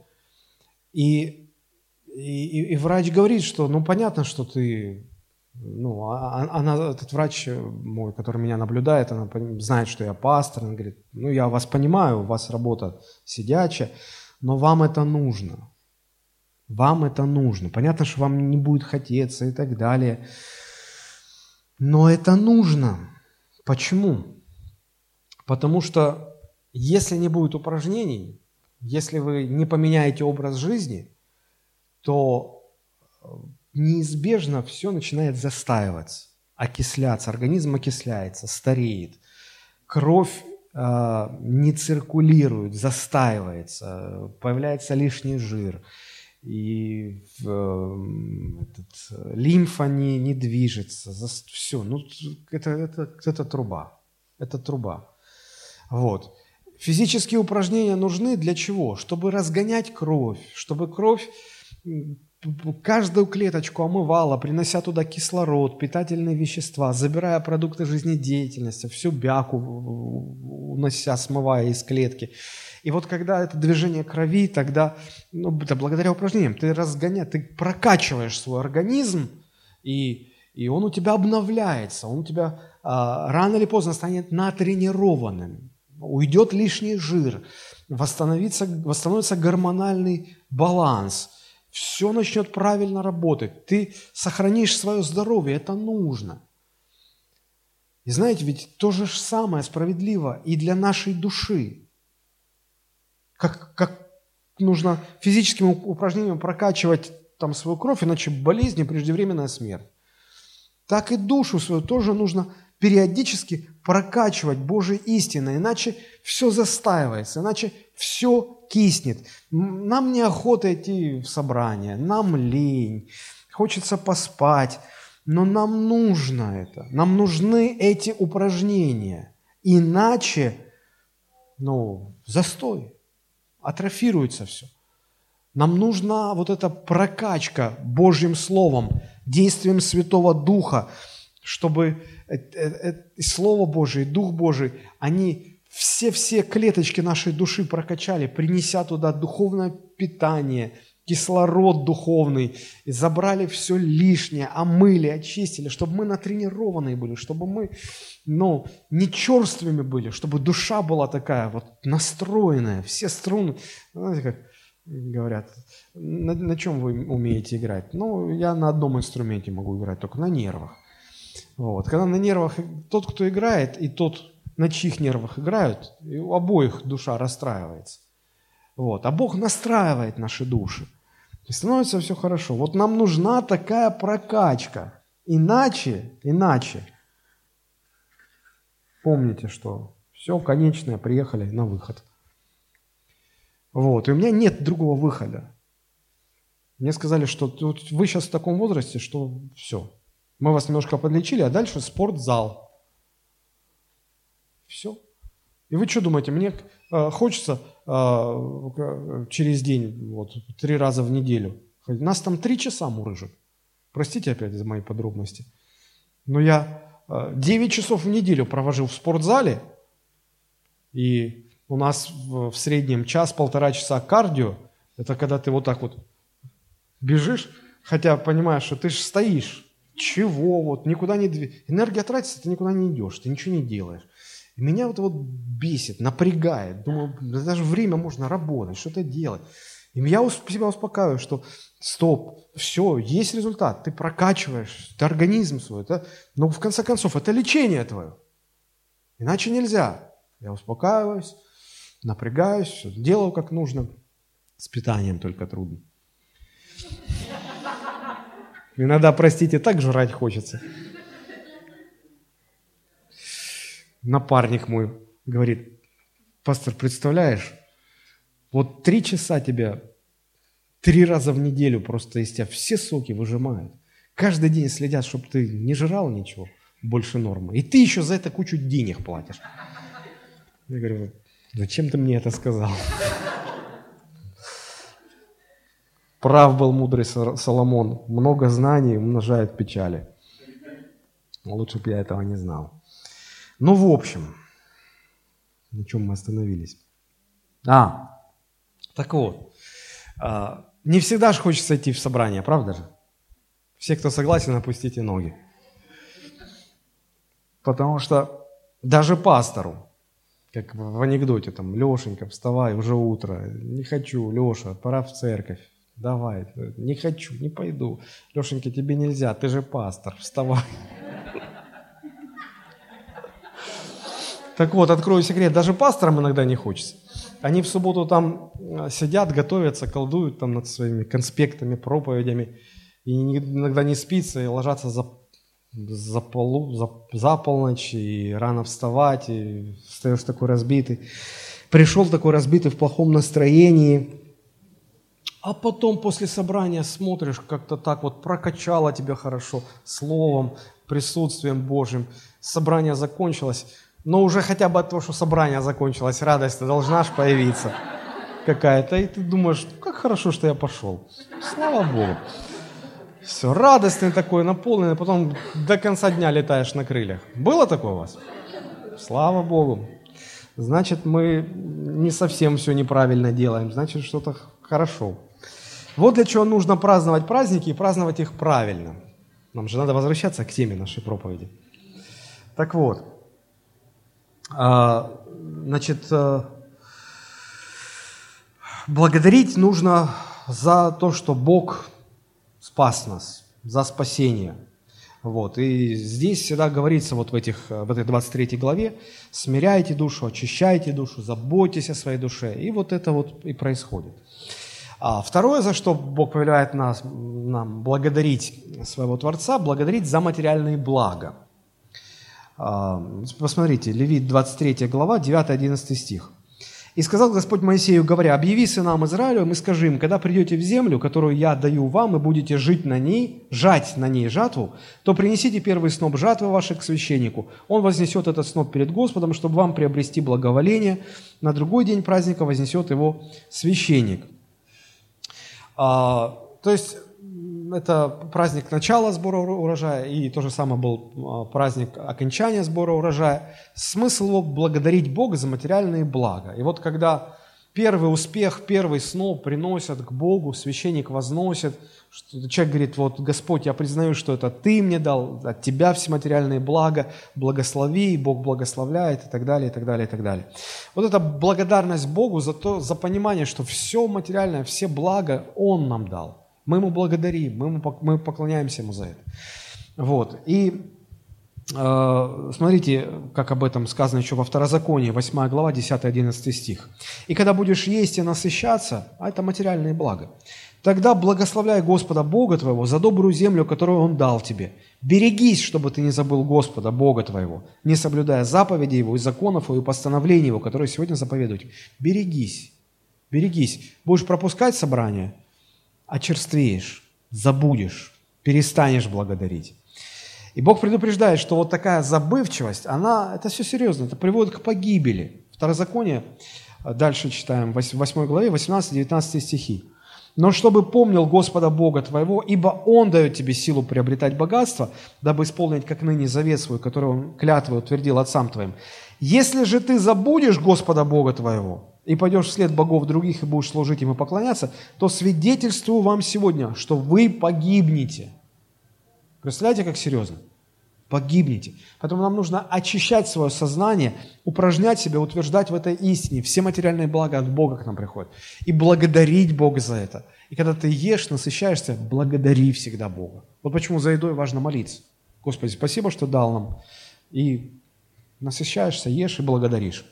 И, и, и врач говорит, что, ну, понятно, что ты... Ну, она, этот врач мой, который меня наблюдает, она знает, что я пастор. Она говорит, ну, я вас понимаю, у вас работа сидячая, но вам это нужно. Вам это нужно. Понятно, что вам не будет хотеться и так далее. Но это нужно. Почему? Потому что если не будет упражнений, если вы не поменяете образ жизни, то неизбежно все начинает застаиваться, окисляться, организм окисляется, стареет, кровь э, не циркулирует, застаивается, появляется лишний жир, и э, этот, лимфа не, не движется, за, все, ну это, это, это труба, это труба. Вот. Физические упражнения нужны для чего? Чтобы разгонять кровь, чтобы кровь каждую клеточку омывала, принося туда кислород, питательные вещества, забирая продукты жизнедеятельности, всю бяку унося, смывая из клетки. И вот когда это движение крови, тогда, ну, это благодаря упражнениям, ты разгоняешь, ты прокачиваешь свой организм, и, и он у тебя обновляется, он у тебя а, рано или поздно станет натренированным, уйдет лишний жир, восстановится, восстановится гормональный баланс, все начнет правильно работать, ты сохранишь свое здоровье, это нужно. И знаете, ведь то же самое справедливо и для нашей души. Как, как нужно физическим упражнением прокачивать там свою кровь, иначе болезнь и преждевременная смерть. Так и душу свою тоже нужно периодически прокачивать Божьей истиной, иначе все застаивается, иначе все киснет. Нам неохота идти в собрание, нам лень, хочется поспать, Но нам нужно это, нам нужны эти упражнения. Иначе, ну, застой, атрофируется все. Нам нужна вот эта прокачка Божьим Словом, действием Святого Духа, чтобы и Слово Божие, и Дух Божий, они все-все клеточки нашей души прокачали, принеся туда духовное питание, кислород духовный, и забрали все лишнее, омыли, очистили, чтобы мы натренированные были, чтобы мы, ну, не черствыми были, чтобы душа была такая вот настроенная, все струны, знаете, как говорят, на, на чем вы умеете играть? Ну, я на одном инструменте могу играть, только на нервах. Вот. Когда на нервах тот, кто играет, и тот, на чьих нервах играют, и у обоих душа расстраивается. Вот. А Бог настраивает наши души. И становится все хорошо. Вот нам нужна такая прокачка. Иначе, иначе, помните, что все, конечное, приехали на выход. Вот. И у меня нет другого выхода. Мне сказали, что вы сейчас в таком возрасте, что все. Мы вас немножко подлечили, а дальше спортзал. Все. И вы что думаете, мне э, хочется э, через день, вот, три раза в неделю. Нас там три часа мурыжат. Простите опять за мои подробности. Но я э, девять часов в неделю провожу в спортзале, и у нас в, в среднем час-полтора часа кардио. Это когда ты вот так вот бежишь, хотя понимаешь, что ты же стоишь. Чего? Вот, никуда не двигаешься. Энергия тратится, ты никуда не идешь, ты ничего не делаешь. И меня вот, вот бесит, напрягает. Думаю, даже время можно работать, что-то делать. И я себя успокаиваю, что стоп, все, есть результат. Ты прокачиваешь, ты организм свой. Это, но в конце концов, это лечение твое. Иначе нельзя. Я успокаиваюсь, напрягаюсь, все делаю как нужно. С питанием только трудно. Иногда, простите, так жрать хочется. Напарник мой говорит: пастор, представляешь, вот три часа тебя, три раза в неделю просто из тебя все соки выжимают. Каждый день следят, чтобы ты не жрал ничего больше нормы. И ты еще за это кучу денег платишь. Я говорю: зачем ты мне это сказал? Прав был мудрый Соломон. Много знаний умножает печали. Лучше бы я этого не знал. Ну, в общем, на чем мы остановились? А, так вот, не всегда же хочется идти в собрание, правда же? Все, кто согласен, опустите ноги. Потому что даже пастору, как в анекдоте, там, Лешенька, вставай, уже утро, не хочу, Леша, пора в церковь. Давай, не хочу, не пойду. Лешенька, тебе нельзя, ты же пастор, вставай. Так вот, открою секрет, даже пасторам иногда не хочется. Они в субботу там сидят, готовятся, колдуют там над своими конспектами, проповедями, и иногда не спится, и ложатся за, за, полу, за, за полночь, и рано вставать, и встаешь такой разбитый. Пришел такой разбитый в плохом настроении, а потом после собрания смотришь, как-то так вот прокачало тебя хорошо словом, присутствием Божьим. Собрание закончилось, но уже хотя бы от того, что собрание закончилось, радость должна же появиться какая-то. И ты думаешь, как хорошо, что я пошел. Слава Богу. Все, радостный такой, наполненный, потом до конца дня летаешь на крыльях. Было такое у вас? Слава Богу. Значит, мы не совсем все неправильно делаем, значит, что-то хорошо. Вот для чего нужно праздновать праздники и праздновать их правильно. Нам же надо возвращаться к теме нашей проповеди. Так вот, значит, благодарить нужно за то, что Бог спас нас, за спасение. Вот. И здесь всегда говорится вот в, этих, в этой двадцать третьей главе: смиряйте душу, очищайте душу, заботьтесь о своей душе. И вот это вот и происходит. А второе, за что Бог повелевает нас, нам благодарить своего Творца, благодарить за материальные блага. Посмотрите, Левит двадцать третья глава, девятый-одиннадцатый стих. И сказал Господь Моисею, говоря, объяви сынам Израилевым и скажи им, когда придете в землю, которую я даю вам, и будете жить на ней, жать на ней жатву, то принесите первый сноп жатвы вашей к священнику. Он вознесет этот сноп перед Господом, чтобы вам приобрести благоволение. На другой день праздника вознесет его священник. А, то есть это праздник начала сбора урожая, и то же самое был праздник окончания сбора урожая. Смысл его благодарить Бога за материальные блага. И вот когда первый успех, первый сноп приносят к Богу, священник возносит, что человек говорит, вот Господь, я признаю, что это Ты мне дал, от Тебя все материальные блага, благослови, Бог благословляет, и так далее, и так далее, и так далее. Вот эта благодарность Богу за то, за понимание, что все материальное, все блага Он нам дал. Мы Ему благодарим, мы, ему, мы поклоняемся Ему за это. Вот. И э, смотрите, как об этом сказано еще во Второзаконии, восьмая глава, десятый-одиннадцатый стих. «И когда будешь есть и насыщаться, а это материальные блага, тогда благословляй Господа Бога твоего за добрую землю, которую Он дал тебе. Берегись, чтобы ты не забыл Господа Бога твоего, не соблюдая заповедей Его и законов Его и постановлений Его, которые сегодня заповедуют. Берегись, берегись. Будешь пропускать собрание, очерствеешь, забудешь, перестанешь благодарить». И Бог предупреждает, что вот такая забывчивость, она, это все серьезно, это приводит к погибели. Второзаконие, дальше читаем, в восьмой главе, восемнадцатый-девятнадцатый стихи. «Но чтобы помнил Господа Бога твоего, ибо Он дает тебе силу приобретать богатство, дабы исполнить как ныне завет свой, который Он клятвой утвердил отцам твоим. Если же ты забудешь Господа Бога твоего, и пойдешь вслед богов других и будешь служить им и поклоняться, то свидетельствую вам сегодня, что вы погибнете». Представляете, как серьезно? Погибнете. Поэтому нам нужно очищать свое сознание, упражнять себя, утверждать в этой истине. Все материальные блага от Бога к нам приходят. И благодарить Бога за это. И когда ты ешь, насыщаешься, благодари всегда Бога. Вот почему за едой важно молиться. Господи, спасибо, что дал нам. И насыщаешься, ешь и благодаришь.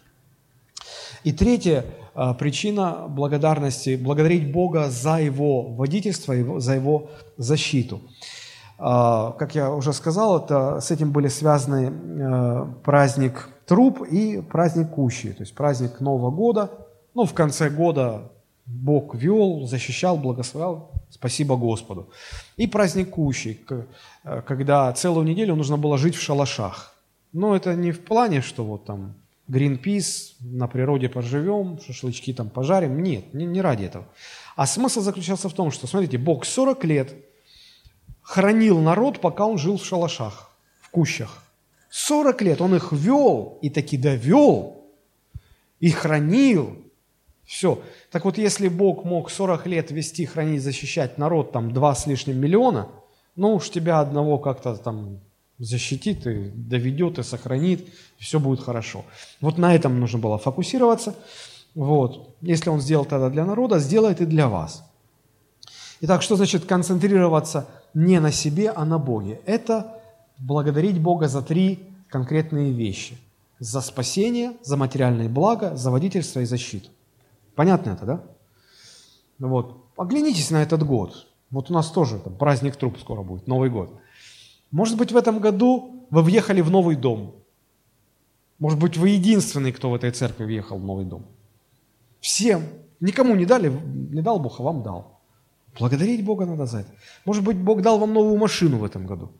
И третья а, причина благодарности – благодарить Бога за Его водительство, его, за Его защиту. А, как я уже сказал, это, с этим были связаны а, праздник Труб и праздник Кущи, то есть праздник Нового года. Ну, в конце года Бог вел, защищал, благословлял, спасибо Господу. И праздник Кущи, когда целую неделю нужно было жить в шалашах. Но это не в плане, что вот там Гринпис, на природе поживем, шашлычки там пожарим. Нет, не, не ради этого. А смысл заключался в том, что, смотрите, Бог сорок лет хранил народ, пока он жил в шалашах, в кущах. сорок лет он их вел, и таки довел, и хранил. Все. Так вот, если Бог мог сорок лет вести, хранить, защищать народ, там, два с лишним миллиона, ну уж тебя одного как-то там защитит, и доведет, и сохранит, и все будет хорошо. Вот на этом нужно было фокусироваться. Вот. Если Он сделал тогда для народа, сделает и для вас. Итак, что значит концентрироваться не на себе, а на Боге? Это благодарить Бога за три конкретные вещи. За спасение, за материальные блага, за водительство и защиту. Понятно это, да? Вот. Оглянитесь на этот год. Вот у нас тоже там, праздник Труб скоро будет, Новый год. Может быть, в этом году вы въехали в новый дом. Может быть, вы единственный, кто в этой церкви въехал в новый дом. Всем. Никому не дали, не дал Бог, а вам дал. Благодарить Бога надо за это. Может быть, Бог дал вам новую машину в этом году.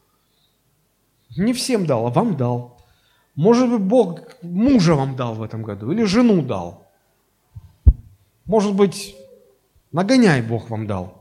Не всем дал, а вам дал. Может быть, Бог мужа вам дал в этом году или жену дал. Может быть, нагоняй Бог вам дал.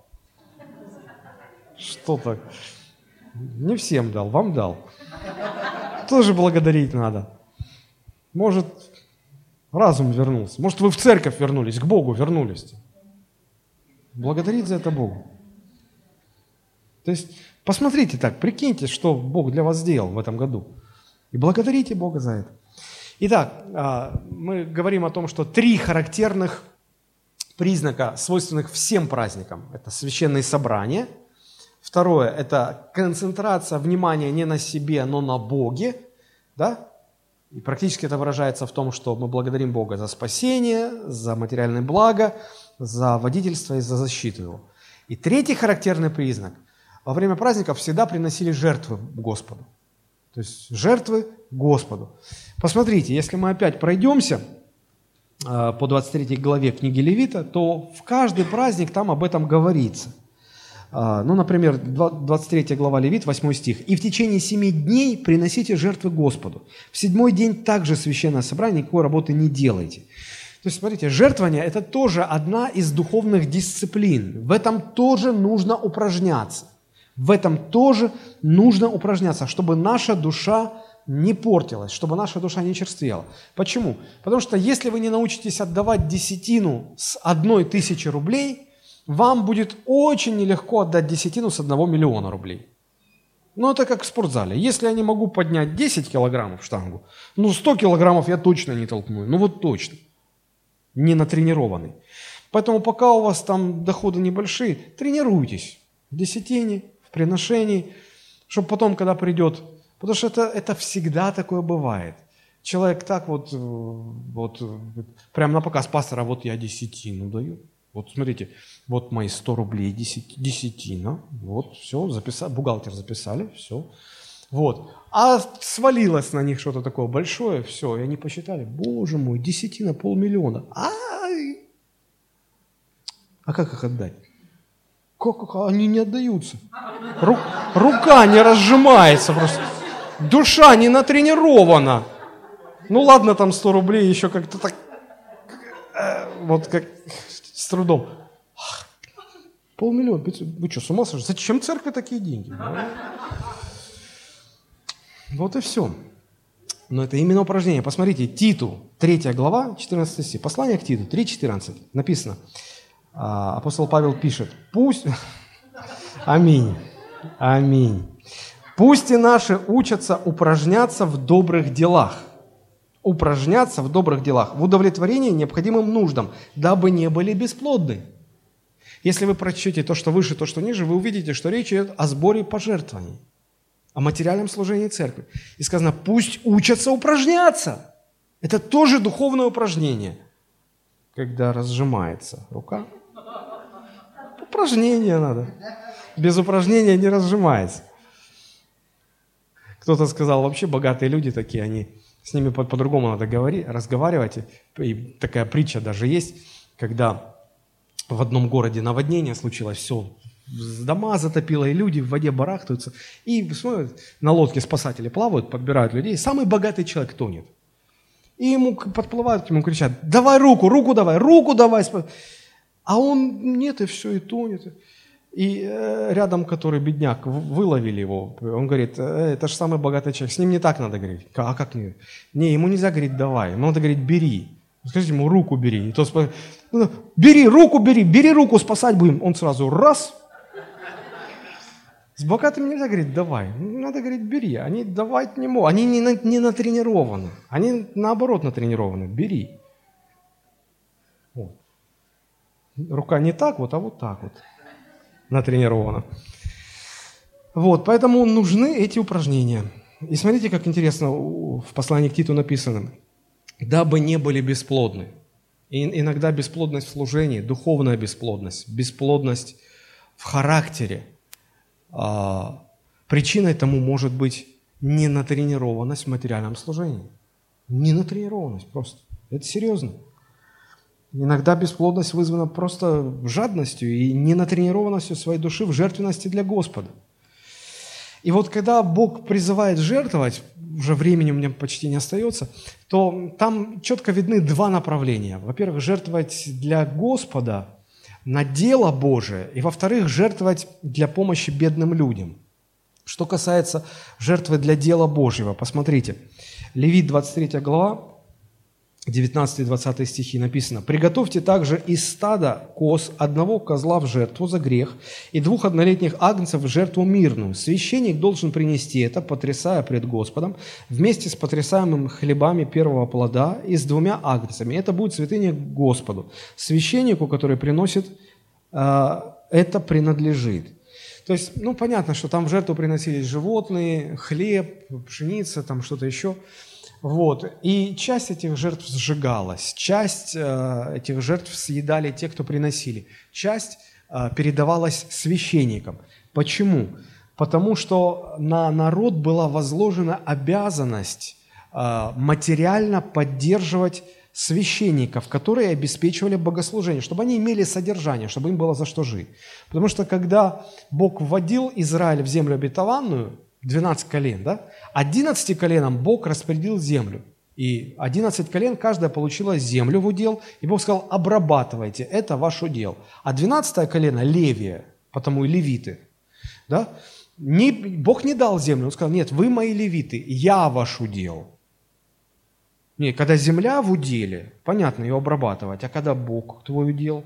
Что так? Не всем дал, вам дал. Тоже благодарить надо. Может, разум вернулся. Может, вы в церковь вернулись, к Богу вернулись. Благодарить за это Богу. То есть, посмотрите так, прикиньте, что Бог для вас сделал в этом году. И благодарите Бога за это. Итак, мы говорим о том, что три характерных признака, свойственных всем праздникам. Это священные собрания. Второе – это концентрация внимания не на себе, но на Боге. Да? И практически это выражается в том, что мы благодарим Бога за спасение, за материальное благо, за водительство и за защиту Его. И третий характерный признак – во время праздников всегда приносили жертвы Господу. То есть жертвы Господу. Посмотрите, если мы опять пройдемся по двадцать третьей главе книги Левита, то в каждый праздник там об этом говорится. Ну, например, двадцать третья глава Левит, восьмой стих. «И в течение семи дней приносите жертвы Господу. В седьмой день также священное собрание, никакой работы не делайте». То есть, смотрите, жертвование – это тоже одна из духовных дисциплин. В этом тоже нужно упражняться. В этом тоже нужно упражняться, чтобы наша душа не портилась, чтобы наша душа не черствела. Почему? Потому что если вы не научитесь отдавать десятину с одной тысячи рублей, вам будет очень нелегко отдать десятину с одного миллиона рублей. Ну, это как в спортзале. Если я не могу поднять десять килограммов штангу, ну, сто килограммов я точно не толкну. Ну, вот точно. Не натренированный. Поэтому пока у вас там доходы небольшие, тренируйтесь в десятине, в приношении, чтобы потом, когда придет... Потому что это, это всегда такое бывает. Человек так вот, вот прямо на показ пастора, вот я десятину даю. Вот смотрите, вот мои сто рублей десятина, вот все, записали, бухгалтер записали, все. Вот. А свалилось на них что-то такое большое, все, и они посчитали, боже мой, десятина, полмиллиона. Ай! А как их отдать? Как, как они не отдаются? Ру, рука не разжимается просто. Душа не натренирована. Ну ладно, там сто рублей еще как-то так, вот как... С трудом. Полмиллиона. Вы что, с ума сошли? Зачем церкви такие деньги? Вот и все. Но это именно упражнение. Посмотрите, Титу, третья глава, четырнадцатый стих. Послание к Титу, три четырнадцать. Написано. Апостол Павел пишет. Пусть... Аминь. Аминь. Пусть и наши учатся упражняться в добрых делах. Упражняться в добрых делах, в удовлетворении необходимым нуждам, дабы не были бесплодны. Если вы прочтете то, что выше, то, что ниже, вы увидите, что речь идет о сборе пожертвований, о материальном служении церкви. И сказано, пусть учатся упражняться. Это тоже духовное упражнение. Когда разжимается рука, упражнение надо. Без упражнения не разжимается. Кто-то сказал, вообще богатые люди такие, они... С ними по- по-другому надо говорить, разговаривать. И такая притча даже есть, когда в одном городе наводнение случилось, все, дома затопило, и люди в воде барахтаются. И смотрят, на лодке спасатели плавают, подбирают людей. Самый богатый человек тонет. И ему подплывают к нему, кричат, давай руку, руку давай, руку давай. А он нет, и все, и тонет. И э, рядом, который бедняк, выловили его, он говорит, э, это же самый богатый человек, с ним не так надо говорить. А как не? Не, ему нельзя говорить давай, ему надо говорить бери. Скажите ему руку бери. И тот спа... бери, руку бери, бери руку, спасать будем. Он сразу раз. С богатыми нельзя говорить давай, надо говорить бери. Они давать не могут, они не, на, не натренированы, они наоборот натренированы, бери. Вот. Рука не так вот, а вот так вот. Натренирована. Вот, поэтому нужны эти упражнения. И смотрите, как интересно в послании к Титу написано. Дабы не были бесплодны. И иногда бесплодность в служении, духовная бесплодность, бесплодность в характере. А, причиной тому может быть ненатренированность в материальном служении. Ненатренированность просто. Это серьезно. Иногда бесплодность вызвана просто жадностью и ненатренированностью своей души в жертвенности для Господа. И вот когда Бог призывает жертвовать, уже времени у меня почти не остается, то там четко видны два направления. Во-первых, жертвовать для Господа на дело Божие, и во-вторых, жертвовать для помощи бедным людям. Что касается жертвы для дела Божьего, посмотрите, Левит двадцать третья глава, девятнадцатый-двадцатый стихи написано: «Приготовьте также из стада коз одного козла в жертву за грех и двух однолетних агнцев в жертву мирную. Священник должен принести это, потрясая пред Господом, вместе с потрясаемым хлебами первого плода и с двумя агнцами. Это будет святыня Господу. Священнику, который приносит, это принадлежит». То есть, ну, понятно, что там в жертву приносились животные, хлеб, пшеница, там что-то еще. Вот. И часть этих жертв сжигалась, часть э, этих жертв съедали те, кто приносили, часть э, передавалась священникам. Почему? Потому что на народ была возложена обязанность э, материально поддерживать священников, которые обеспечивали богослужение, чтобы они имели содержание, чтобы им было за что жить. Потому что когда Бог вводил Израиль в землю обетованную, двенадцать колен, да, одиннадцати коленам Бог распорядил землю. И одиннадцать колен, каждая получила землю в удел, и Бог сказал: обрабатывайте, это ваш удел. А двенадцатое колено, Левия, потому и левиты, да, не, Бог не дал землю, Он сказал: нет, вы мои левиты, я ваш удел. Нет, когда земля в уделе, понятно, ее обрабатывать, а когда Бог твой удел,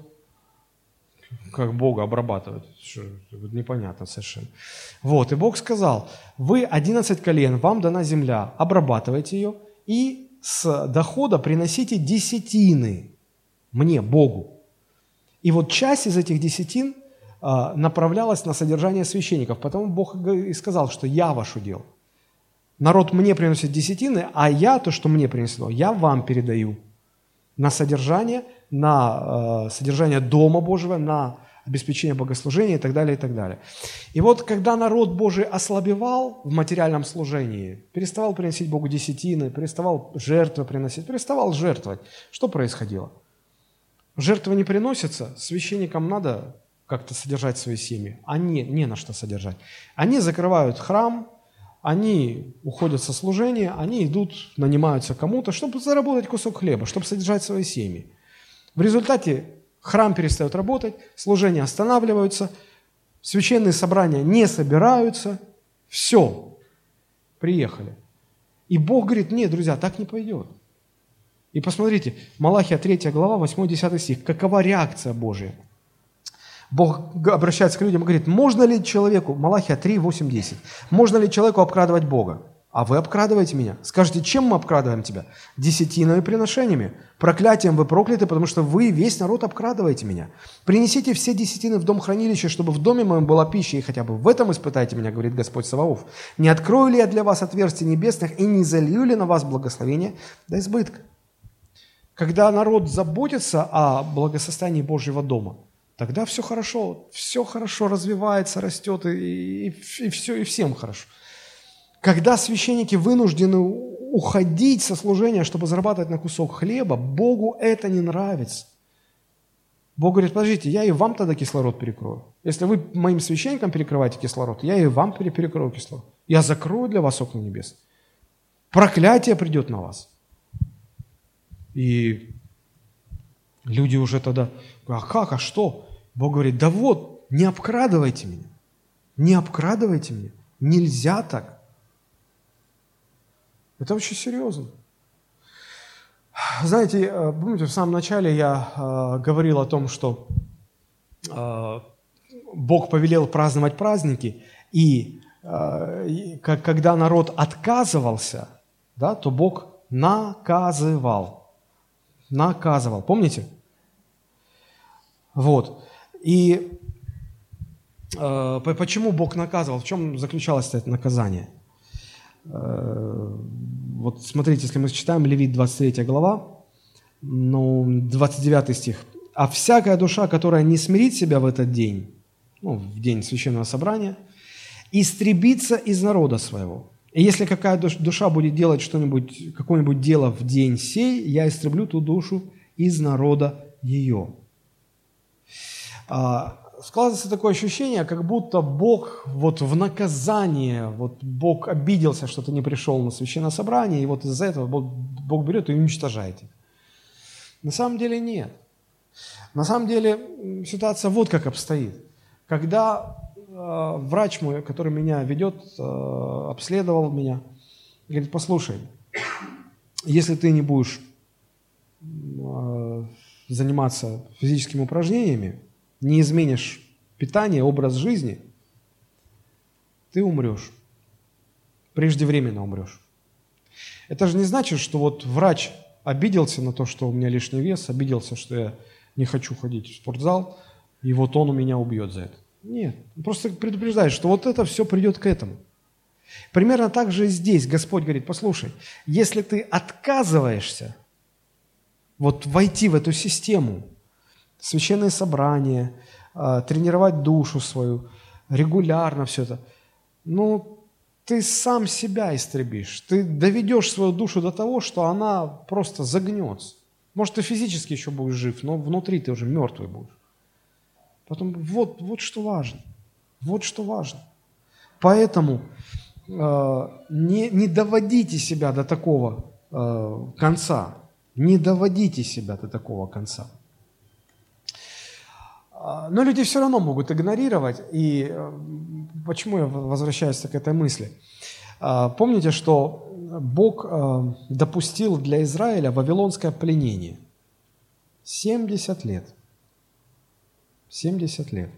как Бога обрабатывать, что, непонятно совершенно. Вот, и Бог сказал: вы, одиннадцать колен, вам дана земля, обрабатывайте ее, и с дохода приносите десятины мне, Богу. И вот часть из этих десятин а, направлялась на содержание священников, потому Бог и сказал, что я ваш удел. Народ мне приносит десятины, а я то, что мне принесло, я вам передаю на содержание, на э, содержание Дома Божьего, на обеспечение богослужения и так далее, и так далее. И вот когда народ Божий ослабевал в материальном служении, переставал приносить Богу десятины, переставал жертвы приносить, переставал жертвовать, что происходило? Жертвы не приносятся, священникам надо как-то содержать свои семьи, а не, не на что содержать. Они закрывают храм, они уходят со служения, они идут, нанимаются кому-то, чтобы заработать кусок хлеба, чтобы содержать свои семьи. В результате храм перестает работать, служения останавливаются, священные собрания не собираются, все, приехали. И Бог говорит: нет, друзья, так не пойдет. И посмотрите, Малахия третья глава, восьмой-десятый стих, какова реакция Божия? Бог обращается к людям и говорит: можно ли человеку, Малахия три, восемь, десять, можно ли человеку обкрадывать Бога? А вы обкрадываете меня. Скажете: чем мы обкрадываем тебя? Десятиной приношениями. Проклятием вы прокляты, потому что вы, весь народ, обкрадываете меня. Принесите все десятины в дом хранилища, чтобы в доме моем была пища, и хотя бы в этом испытайте меня, говорит Господь Саваоф. Не открою ли я для вас отверстий небесных, и не залью ли на вас благословение до избытка? Когда народ заботится о благосостоянии Божьего дома, тогда все хорошо, все хорошо развивается, растет, и, и, и все, и всем хорошо. Когда священники вынуждены уходить со служения, чтобы зарабатывать на кусок хлеба, Богу это не нравится. Бог говорит: подождите, я и вам тогда кислород перекрою. Если вы моим священникам перекрываете кислород, я и вам перекрою кислород. Я закрою для вас окна небес. Проклятие придет на вас. И люди уже тогда: а как, а что? Бог говорит: да вот, не обкрадывайте меня. Не обкрадывайте меня. Нельзя так. Это очень серьезно. Знаете, помните, в самом начале я э, говорил о том, что э, Бог повелел праздновать праздники, и, э, и как, когда народ отказывался, да, то Бог наказывал. Наказывал. Помните? Вот. И э, почему Бог наказывал? В чем заключалось это наказание? Э, вот смотрите, если мы читаем Левит двадцать третья глава, ну, двадцать девятый стих. «А всякая душа, которая не смирит себя в этот день, ну, в день священного собрания, истребится из народа своего. И если какая душа будет делать что-нибудь, какое-нибудь дело в день сей, я истреблю ту душу из народа ее». Складывается такое ощущение, как будто Бог вот в наказание, вот Бог обиделся, что ты не пришел на священное собрание, и вот из-за этого Бог, Бог берет и уничтожает их. На самом деле нет. На самом деле ситуация вот как обстоит. Когда э, врач мой, который меня ведет, э, обследовал меня, говорит: послушай, если ты не будешь э, заниматься физическими упражнениями, не изменишь питание, образ жизни, ты умрешь. Преждевременно умрешь. Это же не значит, что вот врач обиделся на то, что у меня лишний вес, обиделся, что я не хочу ходить в спортзал, и вот он у меня убьет за это. Нет, он просто предупреждает, что вот это все придет к этому. Примерно так же и здесь Господь говорит: послушай, если ты отказываешься вот войти в эту систему, священные собрания, тренировать душу свою, регулярно все это, ну, ты сам себя истребишь. Ты доведешь свою душу до того, что она просто загнется. Может, ты физически еще будешь жив, но внутри ты уже мертвый будешь. Потом вот, вот что важно. Вот что важно. Поэтому э, не, не доводите себя до такого э, конца. Не доводите себя до такого конца. Но люди все равно могут игнорировать. И э, почему я возвращаюсь к этой мысли? Э, помните, что Бог э, допустил для Израиля вавилонское пленение. семьдесят лет. семьдесят лет.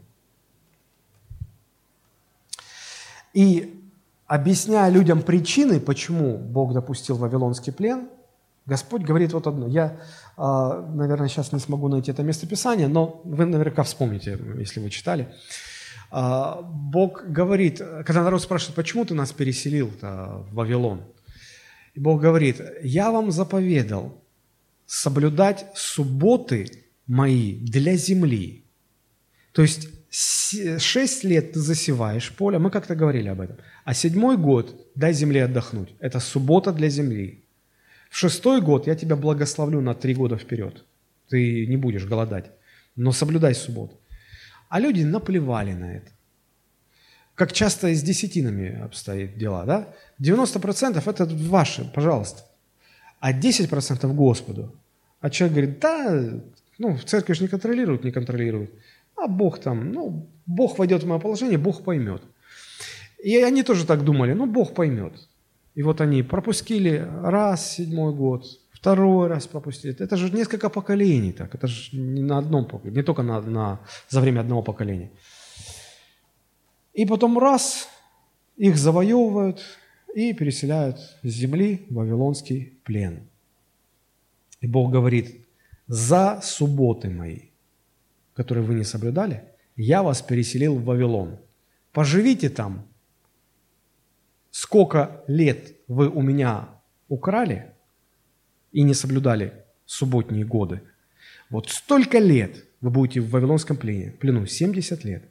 И объясняя людям причины, почему Бог допустил вавилонский плен, Господь говорит вот одно. Я, наверное, сейчас не смогу найти это местописание, но вы наверняка вспомните, если вы читали. Бог говорит, когда народ спрашивает, почему ты нас переселил в Вавилон? И Бог говорит, я вам заповедал соблюдать субботы мои для земли. То есть шесть лет ты засеваешь поле, мы как-то говорили об этом, а седьмой год дай земле отдохнуть. Это суббота для земли. В шестой год я тебя благословлю на три года вперед. Ты не будешь голодать, но соблюдай субботу. А люди наплевали на это. Как часто и с десятинами обстоят дела, да? девяносто процентов это ваши, пожалуйста, а десять процентов Господу. А человек говорит, да, ну, в церкви же не контролируют, не контролируют. А Бог там, ну, Бог войдет в мое положение, Бог поймет. И они тоже так думали, ну, Бог поймет. И вот они пропустили раз седьмой год, второй раз пропустили. Это же несколько поколений так, это же не на одном поколении, не только на, на, за время одного поколения. И потом раз, их завоевывают и переселяют с земли в вавилонский плен. И Бог говорит, за субботы мои, которые вы не соблюдали, я вас переселил в Вавилон. Поживите там. Сколько лет вы у меня украли и не соблюдали субботние годы, вот столько лет вы будете в вавилонском плене, плену, семьдесят лет.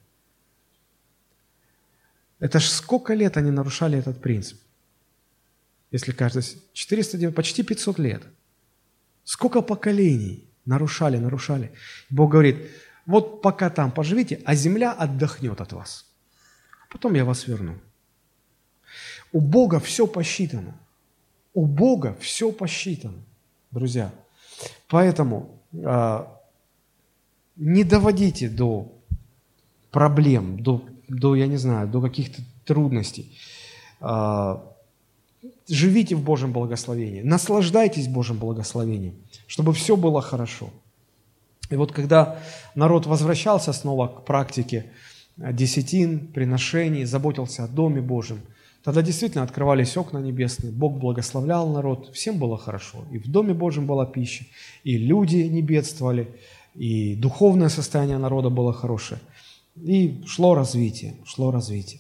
Это ж сколько лет они нарушали этот принцип? Если каждый... четыреста, почти пятьсот лет. Сколько поколений нарушали, нарушали. Бог говорит, вот пока там поживите, а земля отдохнет от вас. Потом я вас верну. У Бога все посчитано. У Бога все посчитано, друзья. Поэтому э, не доводите до проблем, до, до, я не знаю, до каких-то трудностей. Э, живите в Божьем благословении, наслаждайтесь Божьим благословением, чтобы все было хорошо. И вот когда народ возвращался снова к практике десятин, приношений, заботился о Доме Божьем, тогда действительно открывались окна небесные, Бог благословлял народ, всем было хорошо. И в Доме Божьем была пища, и люди не бедствовали, и духовное состояние народа было хорошее. И шло развитие, шло развитие.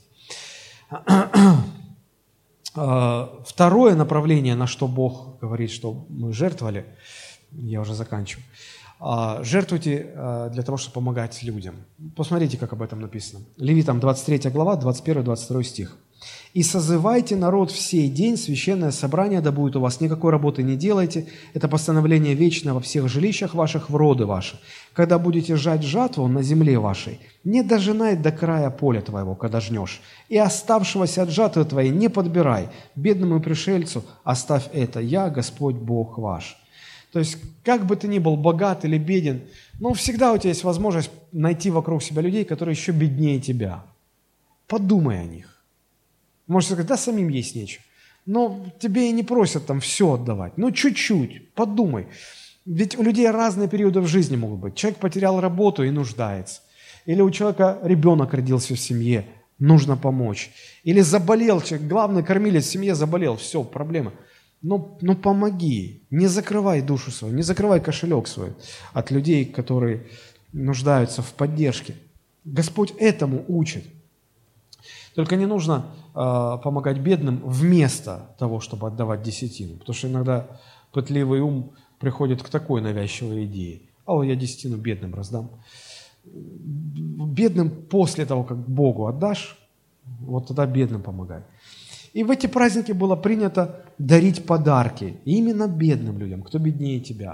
Второе направление, на что Бог говорит, что мы жертвовали, я уже заканчиваю, жертвуйте для того, чтобы помогать людям. Посмотрите, как об этом написано. Левитам двадцать третья глава, двадцать первый двадцать второй стих. «И созывайте народ в сей день, священное собрание, да будет у вас, никакой работы не делайте, это постановление вечное во всех жилищах ваших, в роды ваши. Когда будете жать жатву на земле вашей, не дожинай до края поля твоего, когда жнешь, и оставшегося от жатвы твоей не подбирай, бедному пришельцу оставь это, я Господь Бог ваш». То есть, как бы ты ни был богат или беден, но всегда у тебя есть возможность найти вокруг себя людей, которые еще беднее тебя. Подумай о них. Можете сказать, да, самим есть нечего. Но тебе и не просят там все отдавать. Ну, чуть-чуть, подумай. Ведь у людей разные периоды в жизни могут быть. Человек потерял работу и нуждается. Или у человека ребенок родился в семье, нужно помочь. Или заболел человек, главный кормилец в семье заболел, все, проблема. Но, но помоги, не закрывай душу свою, не закрывай кошелек свой от людей, которые нуждаются в поддержке. Господь этому учит. Только не нужно э, помогать бедным вместо того, чтобы отдавать десятину. Потому что иногда пытливый ум приходит к такой навязчивой идее. А вот я десятину бедным раздам. Бедным после того, как Богу отдашь, вот тогда бедным помогай. И в эти праздники было принято дарить подарки именно бедным людям, кто беднее тебя.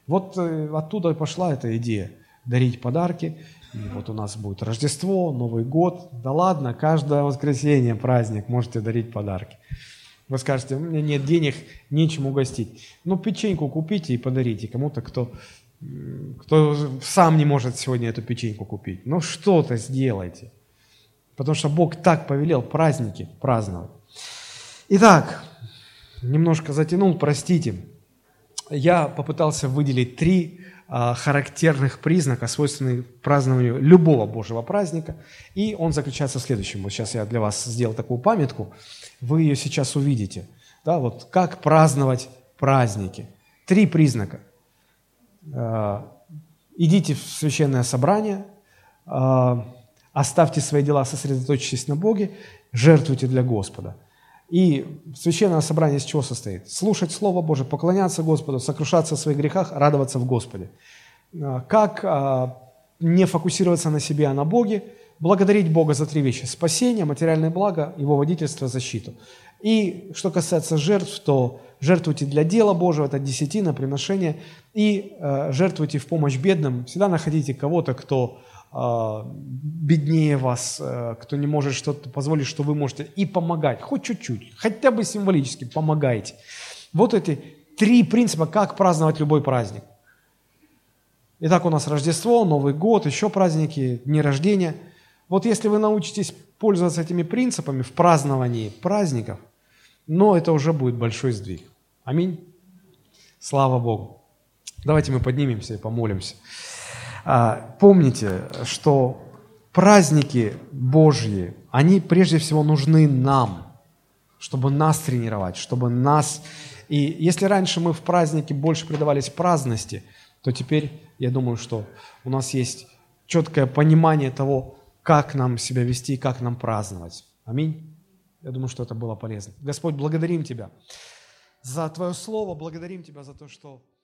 Вот э, оттуда и пошла эта идея дарить подарки. И вот у нас будет Рождество, Новый год. Да ладно, каждое воскресенье праздник, можете дарить подарки. Вы скажете, у меня нет денег, нечем угостить. Ну, печеньку купите и подарите кому-то, кто, кто сам не может сегодня эту печеньку купить. Ну, что-то сделайте. Потому что Бог так повелел праздники праздновать. Итак, немножко затянул, простите. Я попытался выделить три а, характерных признака, свойственных празднованию любого Божьего праздника. И он заключается в следующем. Вот сейчас я для вас сделал такую памятку. Вы ее сейчас увидите. Да, вот как праздновать праздники. Три признака. А, идите в священное собрание, а, оставьте свои дела, сосредоточьтесь на Боге, жертвуйте для Господа. И священное собрание из чего состоит? Слушать Слово Божие, поклоняться Господу, сокрушаться в своих грехах, радоваться в Господе. Как не фокусироваться на себе, а на Боге? Благодарить Бога за три вещи. Спасение, материальное благо, Его водительство, защиту. И что касается жертв, то жертвуйте для дела Божьего, это десятина, приношение. И жертвуйте в помощь бедным. Всегда находите кого-то, кто беднее вас, кто не может что-то позволить, что вы можете, и помогать, хоть чуть-чуть, хотя бы символически помогайте. Вот эти три принципа, как праздновать любой праздник. Итак, у нас Рождество, Новый год, еще праздники, дни рождения. Вот если вы научитесь пользоваться этими принципами в праздновании праздников, но это уже будет большой сдвиг. Аминь. Слава Богу. Давайте мы поднимемся и помолимся. Помните, что праздники Божьи, они прежде всего нужны нам, чтобы нас тренировать, чтобы нас... И если раньше мы в празднике больше предавались праздности, то теперь, я думаю, что у нас есть четкое понимание того, как нам себя вести, как нам праздновать. Аминь. Я думаю, что это было полезно. Господь, благодарим Тебя за Твое Слово, благодарим Тебя за то, что...